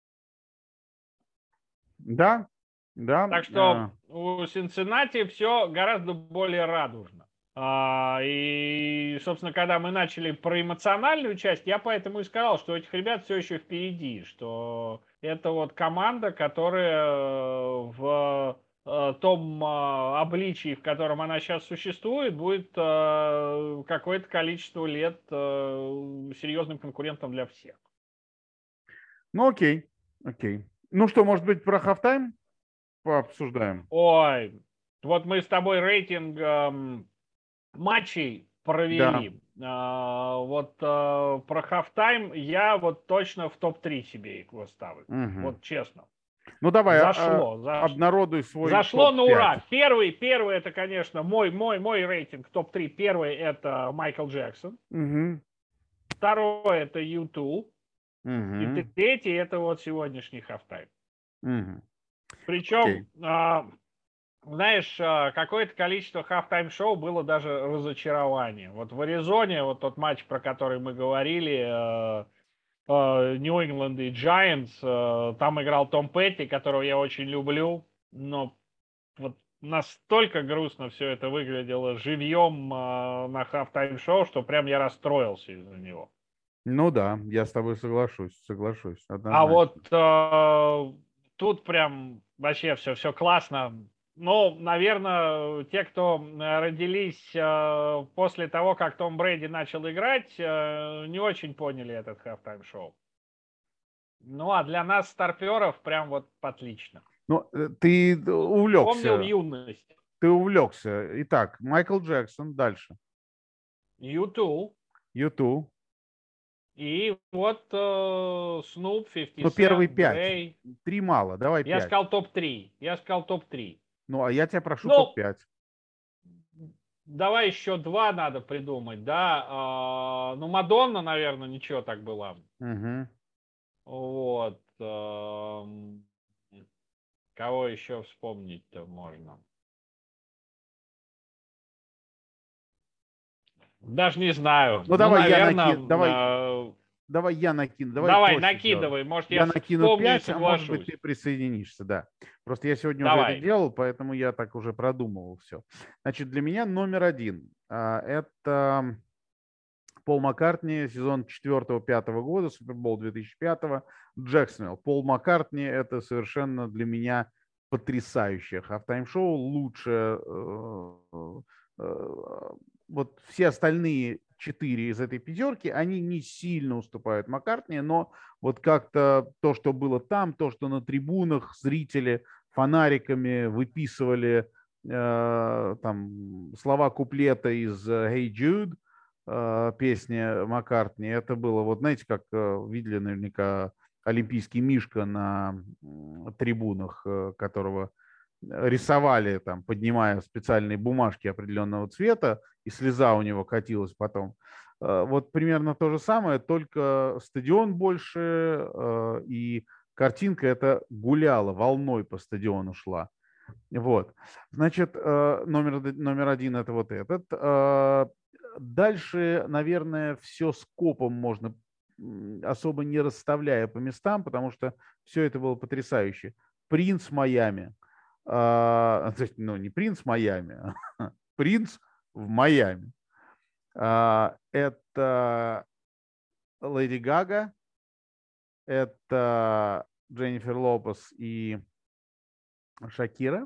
да, да, Так что а, у Синциннати все гораздо более радужно. А, и, собственно, когда мы начали про эмоциональную часть, я поэтому и сказал, что у этих ребят все еще впереди, что это вот команда, которая э, в э, том э, обличии, в котором она сейчас существует, будет э, какое-то количество лет э, серьезным конкурентом для всех. ну окей, окей. Ну что, может быть, про хафтайм пообсуждаем? Ой, вот мы с тобой рейтинг эм, матчей Да. провели. А, вот а, про хафтайм я вот точно в топ три себе его ставлю. Мгм. Вот честно. Ну давай, а, Зашло, заш- обнародуй свой зашло на топ пять. ура. Первый, первый это, конечно, мой, мой, мой рейтинг топ три. Первый это Майкл Джексон. Угу. Второй это ю два. И Угу. третий это вот сегодняшний хафтайм. Угу. Причем, Окей. а, знаешь, а, какое-то количество хафтайм-шоу было даже разочарование. Вот в Аризоне, вот тот матч, про который мы говорили, Нью Ингланд и Giants, э, там играл Том Петти, которого я очень люблю, но вот настолько грустно все это выглядело живьем э, на хафтайм-шоу, что прям я расстроился из-за него. Ну да, я с тобой соглашусь, соглашусь, А однозначно. вот э, тут прям вообще все, все классно. Ну, наверное, те, кто э, родились э, после того, как Том Брэди начал играть, э, не очень поняли этот хафтайм-шоу. Ну, а для нас, старперов, прям вот отлично. Ну, э, ты Вспомнил увлекся, юность. ты увлекся. Итак, Майкл Джексон, дальше. ю два. ютуб. И вот э, Snoop, Ну, фифти первые Cent, пять. Dre. Три мало, давай Я пять. сказал топ три. Я сказал топ три. Ну, а я тебя прошу топ Ну, пять. давай еще два надо придумать, да. А, ну, Мадонна, наверное, ничего так была. Угу. Вот. эм, Кого еще вспомнить-то можно? Даже не знаю. Ну, Ну, давай я накину, давай, наверное, давай я накину, давай давай, проще сделаем. накидывай. Может, я Я накину вспомню и пять, а может быть, ты соглашусь. присоединишься, да. Просто я сегодня уже это Давай. делал, поэтому я так уже продумывал все. Значит, для меня номер один а, это Пол Маккартни, сезон четвёртого-пятого года, Супербол две тысячи пятого, Джексонвилл. Пол Маккартни — это совершенно для меня потрясающее хафтайм-шоу, лучше. э, э, Вот все остальные четыре из этой пятерки, они не сильно уступают Маккартни, но вот как-то то, что было там, то, что на трибунах зрители фонариками выписывали э, там слова куплета из э, Hey Jude, э, песни Маккартни. Это было, вот знаете, как э, видели наверняка олимпийский мишка на м, трибунах, э, которого рисовали, там, поднимая специальные бумажки определенного цвета, и слеза у него катилась потом. Э, Вот примерно то же самое, только стадион больше, э, и картинка эта гуляла, волной по стадиону шла. Вот. Значит, э, номер, номер один это вот этот. Э, Дальше, наверное, все скопом можно, м, особо не расставляя по местам, потому что все это было потрясающе. «Принц Майами». А, то есть, ну, не «Принц Майами», а «Принц в Майами». А, Это Леди Гага, это Дженнифер Лопес и Шакира,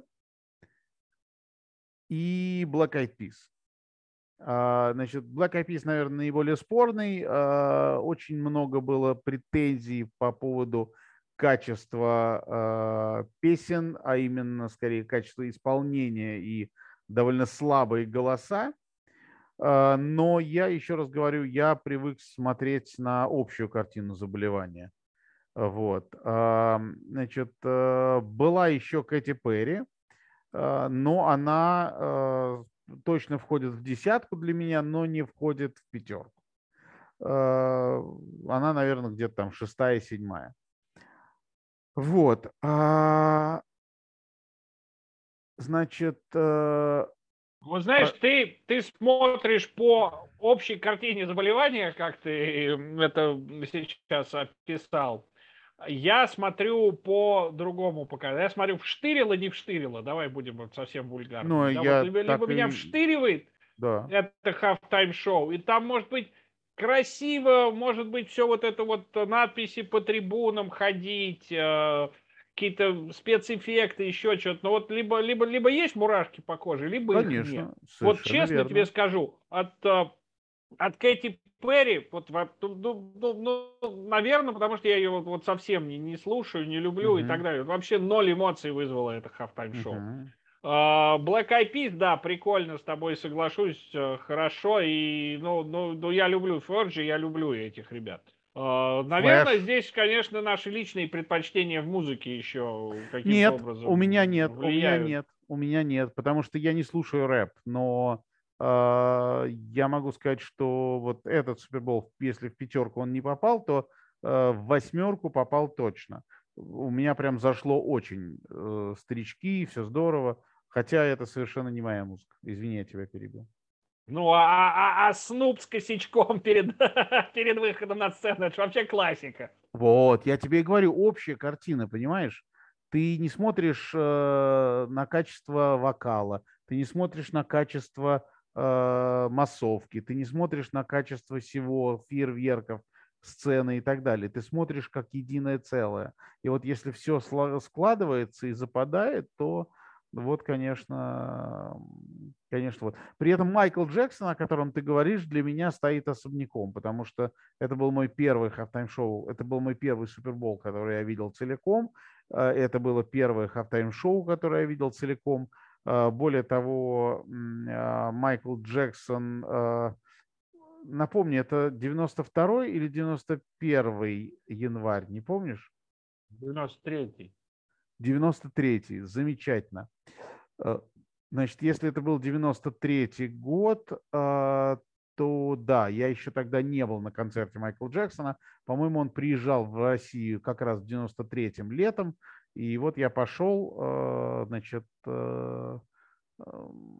и Black Eyed Peas. А, Значит, Black Eyed Peas, наверное, наиболее спорный. А, Очень много было претензий по поводу качества а, песен, а именно, скорее, качества исполнения и довольно слабые голоса. А, Но я, еще раз говорю, я привык смотреть на общую картину заболевания. Вот. А, Значит, э, была еще Кэти Перри, э, но она э, точно входит в десятку для меня, но не входит в пятерку. Э, Она, наверное, где-то там шестая, седьмая. Вот. А, Значит, э, Вот знаешь, а, ты, ты смотришь по общей картине заболевания, как ты это сейчас описал. Я смотрю по другому показателю. Я смотрю вштырило, не вштырило. Давай будем вот совсем ну, вульгарными. Да, вот я либо, либо так меня и... вштыривает, Да. это halftime шоу, и там может быть красиво, может быть все вот это вот надписи по трибунам ходить, э, какие-то спецэффекты, еще что-то. Но вот либо, либо, либо есть мурашки по коже, либо их нет. Конечно, Вот совершенно честно тебе верно. скажу, от, э, от Кэти Перри, вот, во- ну, ну, ну, ну, наверное, потому что я ее вот, вот совсем не, не слушаю, не люблю и так Мгм, далее. Вообще ноль эмоций вызвало это halftime шоу. мгм. А, Black Eyed Peas, да, прикольно, с тобой соглашусь, э, хорошо, и, ну, ну, ну, я люблю Ферджи, я люблю этих ребят. А, Наверное, Флэш. здесь, конечно, наши личные предпочтения в музыке еще каким-то Нет, у меня образом нет, у меня влияют. нет, у меня нет, потому что я не слушаю рэп, но э, я могу сказать, что вот этот Супербол, если в пятерку он не попал, то э, в восьмерку попал точно. У меня прям зашло очень. Э, старички, все здорово, хотя это совершенно не моя музыка. Извини, я тебя перебил. Ну, а, а, а Снуп с косячком перед, перед выходом на сцену, это же вообще классика. Вот, я тебе и говорю, общая картина, понимаешь? Ты не смотришь э, на качество вокала, ты не смотришь на качество э, массовки, ты не смотришь на качество всего, фейерверков, сцены и так далее. Ты смотришь как единое целое. И вот если все складывается и западает, то вот, конечно, конечно, вот. При этом Майкл Джексон, о котором ты говоришь, для меня стоит особняком, потому что это был мой первый хафтайм-шоу, это был мой первый Супербол, который я видел целиком. Э, Это было первое хафтайм-шоу, которое я видел целиком. Э, Более того, м, э, Майкл Джексон, э, напомни, это девяносто второй или девяносто первый январь, не помнишь? девяносто третий. девяносто третий, замечательно. Э, Значит, если это был девяносто третий год, э, то да, я еще тогда не был на концерте Майкла Джексона. По-моему, он приезжал в Россию как раз в девяносто третьем летом. И вот я пошел, э, значит, э, эм,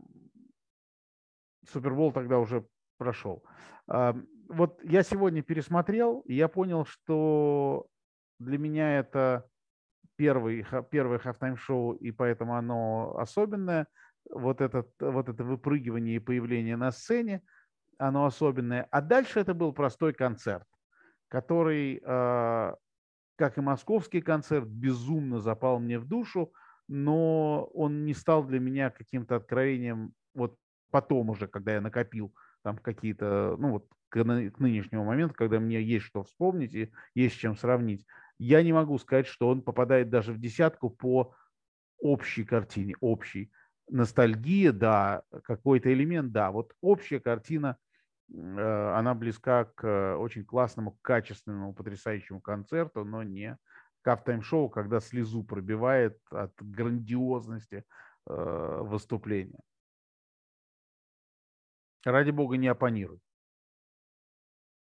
Супербол тогда уже прошел. А, Вот я сегодня пересмотрел, и я понял, что для меня это первый, ха- первое хафтайм-шоу, и поэтому оно особенное. Вот, этот, вот это выпрыгивание и появление на сцене, оно особенное. А дальше это был простой концерт, который, э, как и московский концерт, безумно запал мне в душу, но он не стал для меня каким-то откровением вот потом уже, когда я накопил там какие-то, ну вот к, ны- к нынешнему моменту, когда мне есть что вспомнить и есть с чем сравнить. Я не могу сказать, что он попадает даже в десятку по общей картине, общей. Ностальгия, да, какой-то элемент, да. Вот общая картина, э, она близка к э, очень классному, качественному, потрясающему концерту, но не кафтайм-шоу, когда слезу пробивает от грандиозности э, выступления. Ради бога, не оппонируй.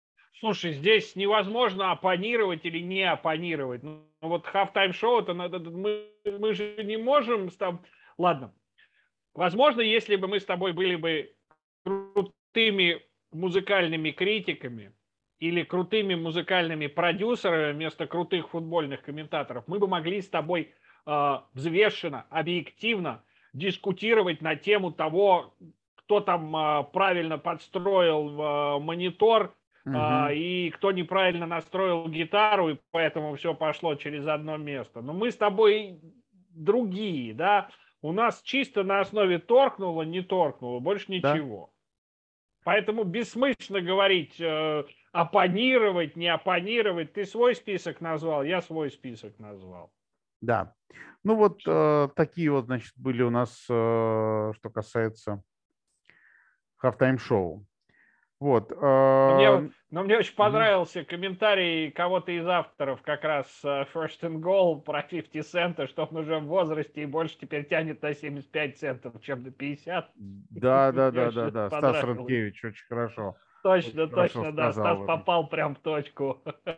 Слушай, здесь невозможно оппонировать или не оппонировать. Ну, вот halftime-шоу, это надо, мы, мы же не можем с тобой... Ладно. Возможно, если бы мы с тобой были бы крутыми музыкальными критиками или крутыми музыкальными продюсерами вместо крутых футбольных комментаторов, мы бы могли с тобой э, взвешенно, объективно дискутировать на тему того, кто там э, правильно подстроил э, монитор э, Мгм. и кто неправильно настроил гитару, и поэтому все пошло через одно место. Но мы с тобой другие, да? У нас чисто на основе торкнуло, не торкнуло, больше Да, ничего. Поэтому бессмысленно говорить, э, оппонировать, не оппонировать. Ты свой список назвал, я свой список назвал. да. Ну вот э, такие вот, значит, были у нас, э, что касается halftime-шоу. Вот. Но мне, э, но мне очень мгм. понравился комментарий кого-то из авторов, как раз э, First and Goal про пятьдесят цента, что он уже в возрасте и больше теперь тянет на семьдесят пять центов, чем на пятьдесят. Да, да, Мне да, да, очень это да. Стас понравилось. Рынкевич очень хорошо, очень Точно, хорошо точно, да, сказал Стас в этом. попал прям в точку.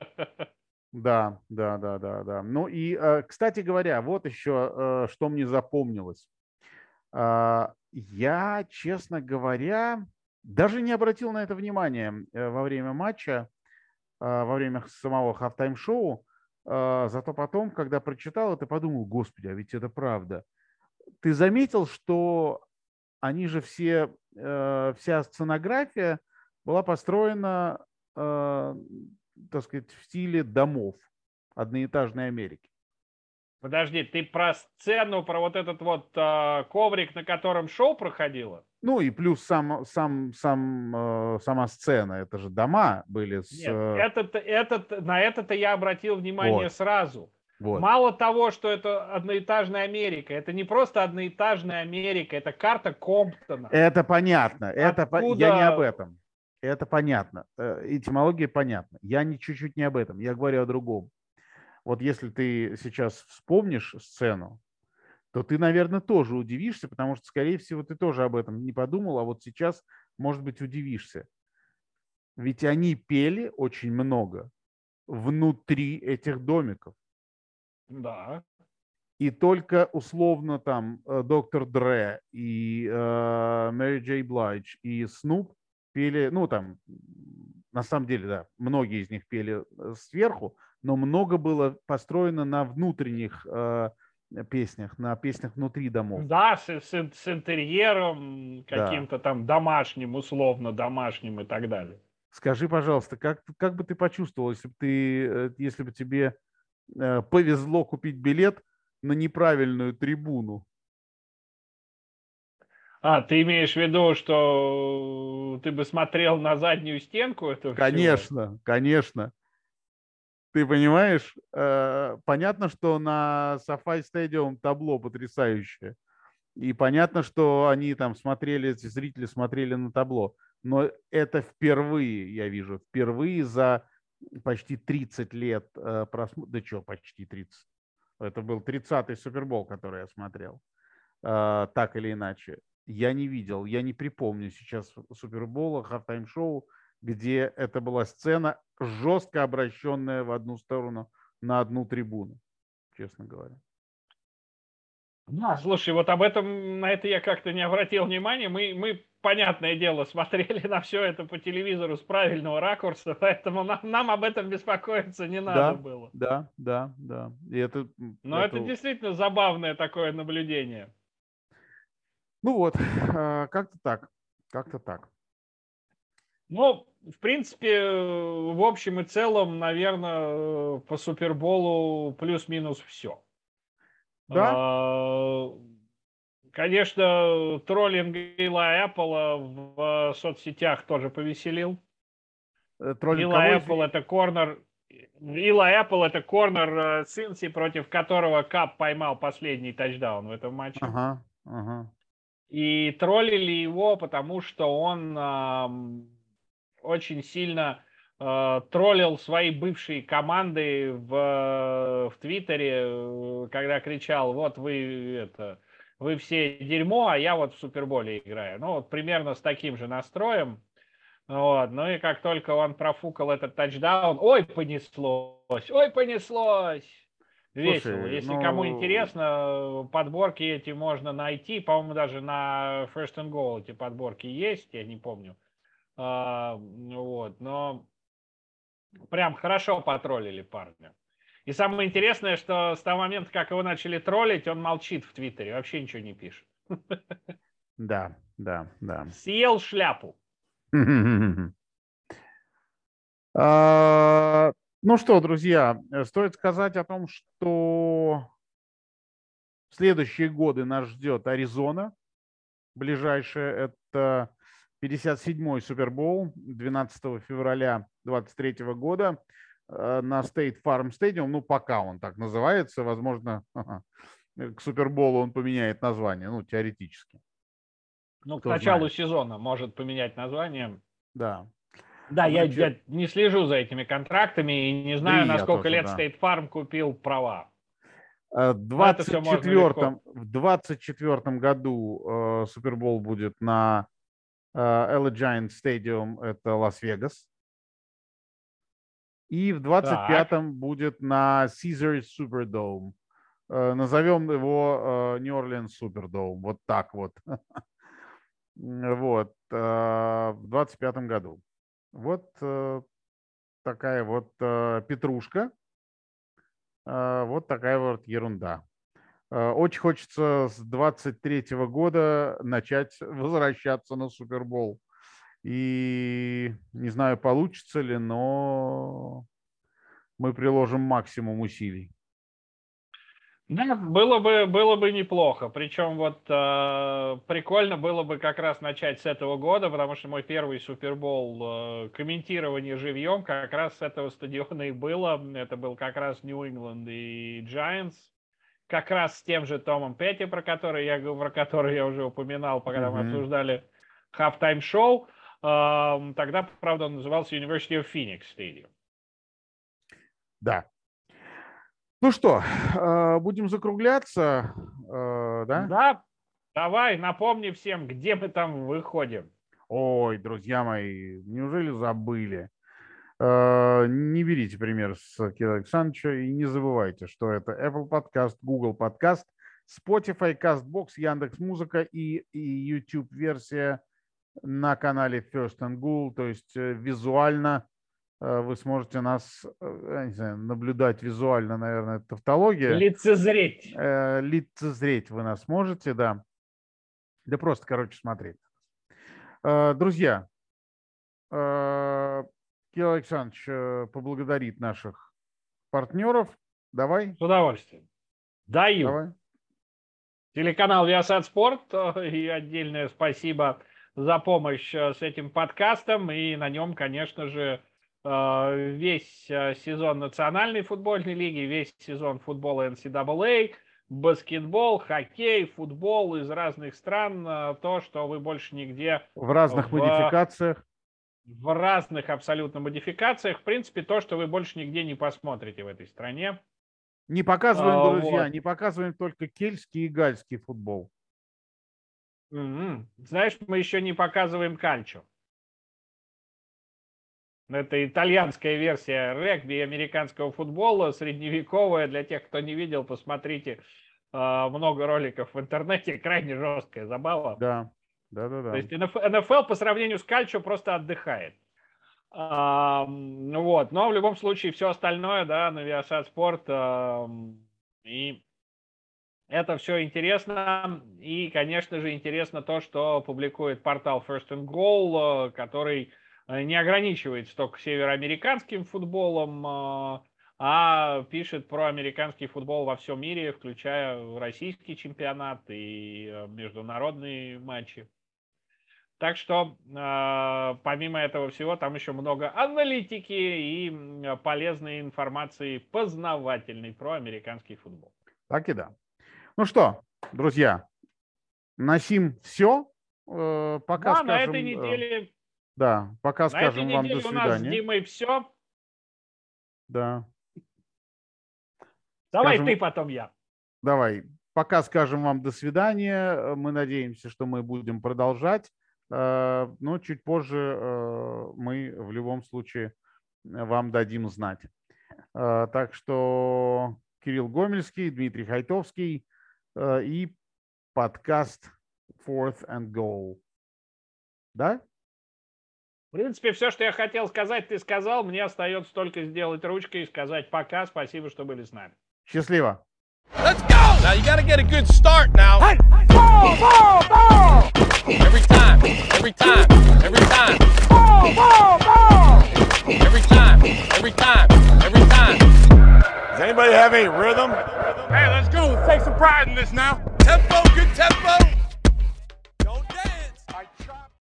Да, да, да, да, да. Ну и, э, кстати говоря, вот еще, э, что мне запомнилось. А, Я, честно говоря, даже не обратил на это внимания э, во время матча, а, во время самого хафтайм-шоу. А, Зато потом, когда прочитал это, подумал, господи, а ведь это правда. Ты заметил, что они же все, э, вся сценография была построена, э, так сказать, в стиле домов одноэтажной Америки. Подожди, ты про сцену, про вот этот вот а, коврик, на котором шоу проходило? Ну и плюс сам, сам, сам, э, сама сцена, это же дома были с... Нет, э, этот, этот, на это-то я обратил внимание Вот, сразу. вот. Мало того, что это одноэтажная Америка, это не просто одноэтажная Америка, это карта Комптона. Это понятно. Это, по- я не об Откуда... этом. Это понятно. Э, Этимология понятна. Я не, чуть-чуть не об этом. Я говорю о другом. Вот если ты сейчас вспомнишь сцену, то ты, наверное, тоже удивишься, потому что, скорее всего, ты тоже об этом не подумал, а вот сейчас, может быть, удивишься. Ведь они пели очень много внутри этих домиков. Да. И только условно там э, доктор Дре и э, Мэри Джей Блайдж и Снуп пели, ну там, на самом деле, да, многие из них пели э, сверху, но много было построено на внутренних э, песнях, на песнях внутри домов. Да, с, с, с интерьером Да. каким-то там домашним, условно домашним и так далее. Скажи, пожалуйста, как, как бы ты почувствовал, если бы ты, э, если бы тебе э, повезло купить билет на неправильную трибуну? А, ты имеешь в виду, что ты бы смотрел на заднюю стенку этого всего? Конечно, конечно. Ты понимаешь, э, понятно, что на SoFi Stadium табло потрясающее. И понятно, что они там смотрели, эти зрители смотрели на табло. Но это впервые, я вижу, впервые за почти тридцать лет э, просмотра. Да что, почти тридцать. Это был тридцатый Супербол, который я смотрел. Э, так или иначе. Я не видел, я не припомню сейчас Супербола, хафтайм-шоу, где это была сцена, жестко обращенная в одну сторону на одну трибуну, честно говоря. Да, слушай, вот об этом, на это я как-то не обратил внимания. Мы, мы, понятное дело, смотрели на все это по телевизору с правильного ракурса, поэтому нам, нам об этом беспокоиться не надо Да, было. да, да, да. И это, Но это это, действительно забавное такое наблюдение. ну вот, а, как-то так, как-то так. Ну, в принципе, э, в общем и целом, наверное, по Суперболу плюс-минус все. Да, Конечно, троллинг Ила Эппла в соцсетях тоже повеселил. э, троллинг кого, Ила Эппл извини? это корнер. Ила Эппл это корнер э, Цинси, против которого Кап поймал последний тачдаун в этом матче. Ага, ага. И троллили его, потому что он ам, очень сильно э, троллил свои бывшие команды в, в Твиттере, э, когда кричал: вот вы это, вы все дерьмо, а я вот в Суперболе играю. Ну вот примерно с таким же настроем. Вот. Ну и как только он профукал этот тачдаун, ой, понеслось, ой, понеслось. Весело. Слушай, Если кому ну, интересно, подборки эти можно найти. По-моему, даже на First and Goal эти подборки есть, я не помню. А, вот. Но прям хорошо потроллили парня. И самое интересное, что с того момента, как его начали троллить, он молчит в Твиттере, вообще ничего не пишет. да, да, да. Съел шляпу. А, Ну что, друзья, э, стоит сказать о том, что в следующие годы нас ждет Аризона. Ближайшее — это пятьдесят седьмой Супербоул двенадцатого февраля двадцать третьего года э, на State Farm Stadium. Ну, пока он так называется. Возможно, к Суперболу он поменяет название, ну, теоретически. Ну, к Кто началу знает. сезона может поменять название. Да. Да, я, Значит, я не слежу за этими контрактами и не да знаю, и на я сколько тоже, лет да. State Farm купил права. Э, Но это все можно легко. двадцать четвёртом, в двадцать четвёртом году э, Супербол будет на э, Allegiant Stadium, это Лас-Вегас. И в двадцать Так. пятом будет на Caesars Superdome. Э, назовем его э, New Orleans Superdome. Вот так вот. Вот. э, В двадцать пятом году. Вот э, такая вот э, петрушка. Э, Вот такая вот ерунда. Э, Очень хочется с двадцать третьего года начать возвращаться на Супербол. И не знаю, получится ли, но мы приложим максимум усилий. Да, было бы, было бы неплохо. Причем вот э, прикольно было бы как раз начать с этого года, потому что мой первый Супербол э, комментирование живьем как раз с этого стадиона и было. Это был как раз Нью-Ингланд и Giants. Как раз с тем же Томом Петти, про который я, про который я уже упоминал, когда мы Мгм. обсуждали Halftime Show. Э, тогда, правда, он назывался University of Phoenix Stadium. Да. Ну что, э, будем закругляться, э, да? Да, давай, напомни всем, где мы там выходим. Ой, друзья мои, неужели забыли? Э, Не берите пример с Кирилла Александровича и не забывайте, что это Apple Podcast, Google Podcast, Spotify, CastBox, Яндекс.Музыка и, и YouTube-версия на канале First and Goal, то есть э, визуально э, вы сможете нас, э, я не знаю, наблюдать визуально, наверное, это тавтология. Лицезреть. Э, Лицезреть вы нас можете, да. Да просто, короче, смотреть. Э, Друзья, э, Кирилл Александрович э, поблагодарит наших партнеров. Давай, С удовольствием. Даю. давай. Телеканал Viasat Sport и отдельное спасибо за помощь с этим подкастом. И на нем, конечно же, весь сезон Национальной футбольной лиги, весь сезон футбола эн си эй эй, баскетбол, хоккей, футбол из разных стран. То, что вы больше нигде В разных в, модификациях. в разных абсолютно модификациях. В принципе, то, что вы больше нигде не посмотрите в этой стране. Не показываем, А, друзья, Вот. не показываем только кельтский и гальский футбол. Мгм. Знаешь, мы еще не показываем кальчо. Это итальянская версия регби и американского футбола, средневековая. Для тех, кто не видел, посмотрите. а, Много роликов в интернете. Крайне жесткая забава. Да, да, да, То да. есть эн эф эл по сравнению с кальчо просто отдыхает. А, м, Вот. Но в любом случае все остальное, да, на Viasat Sport. а, м, И это все интересно. И, конечно же, интересно то, что публикует портал First and Goal, э, который э, не ограничивается только североамериканским футболом, э, а пишет про американский футбол во всем мире, включая российский чемпионат и э, международные матчи. Так что, э, помимо этого всего, там еще много аналитики и м, полезной информации, познавательной про американский футбол. Так и да. Ну что, друзья, на сим все. Э, Пока Да, на этой скажем, э, неделе да, пока На этой скажем вам до неделе у нас с свидания. Димой все. Да, Давай ты, скажем, потом я. давай, пока скажем вам до свидания. Э, Мы надеемся, что мы будем продолжать Но чуть позже мы в любом случае вам дадим знать. Так что Кирилл Гомельский, Дмитрий Хайтовский и подкаст Fourth and Goal. Да? В принципе, все, что я хотел сказать, ты сказал. Мне остается только сделать ручкой и сказать пока. Спасибо, что были с нами. Счастливо. Let's go! Now you got to get a good start now. Hey, ball, ball, ball! Every time, every time, every time. Ball, ball, ball! Every time, every time, every time. Does anybody have any rhythm? Hey, let's go. Let's take some pride in this now. Tempo, good tempo.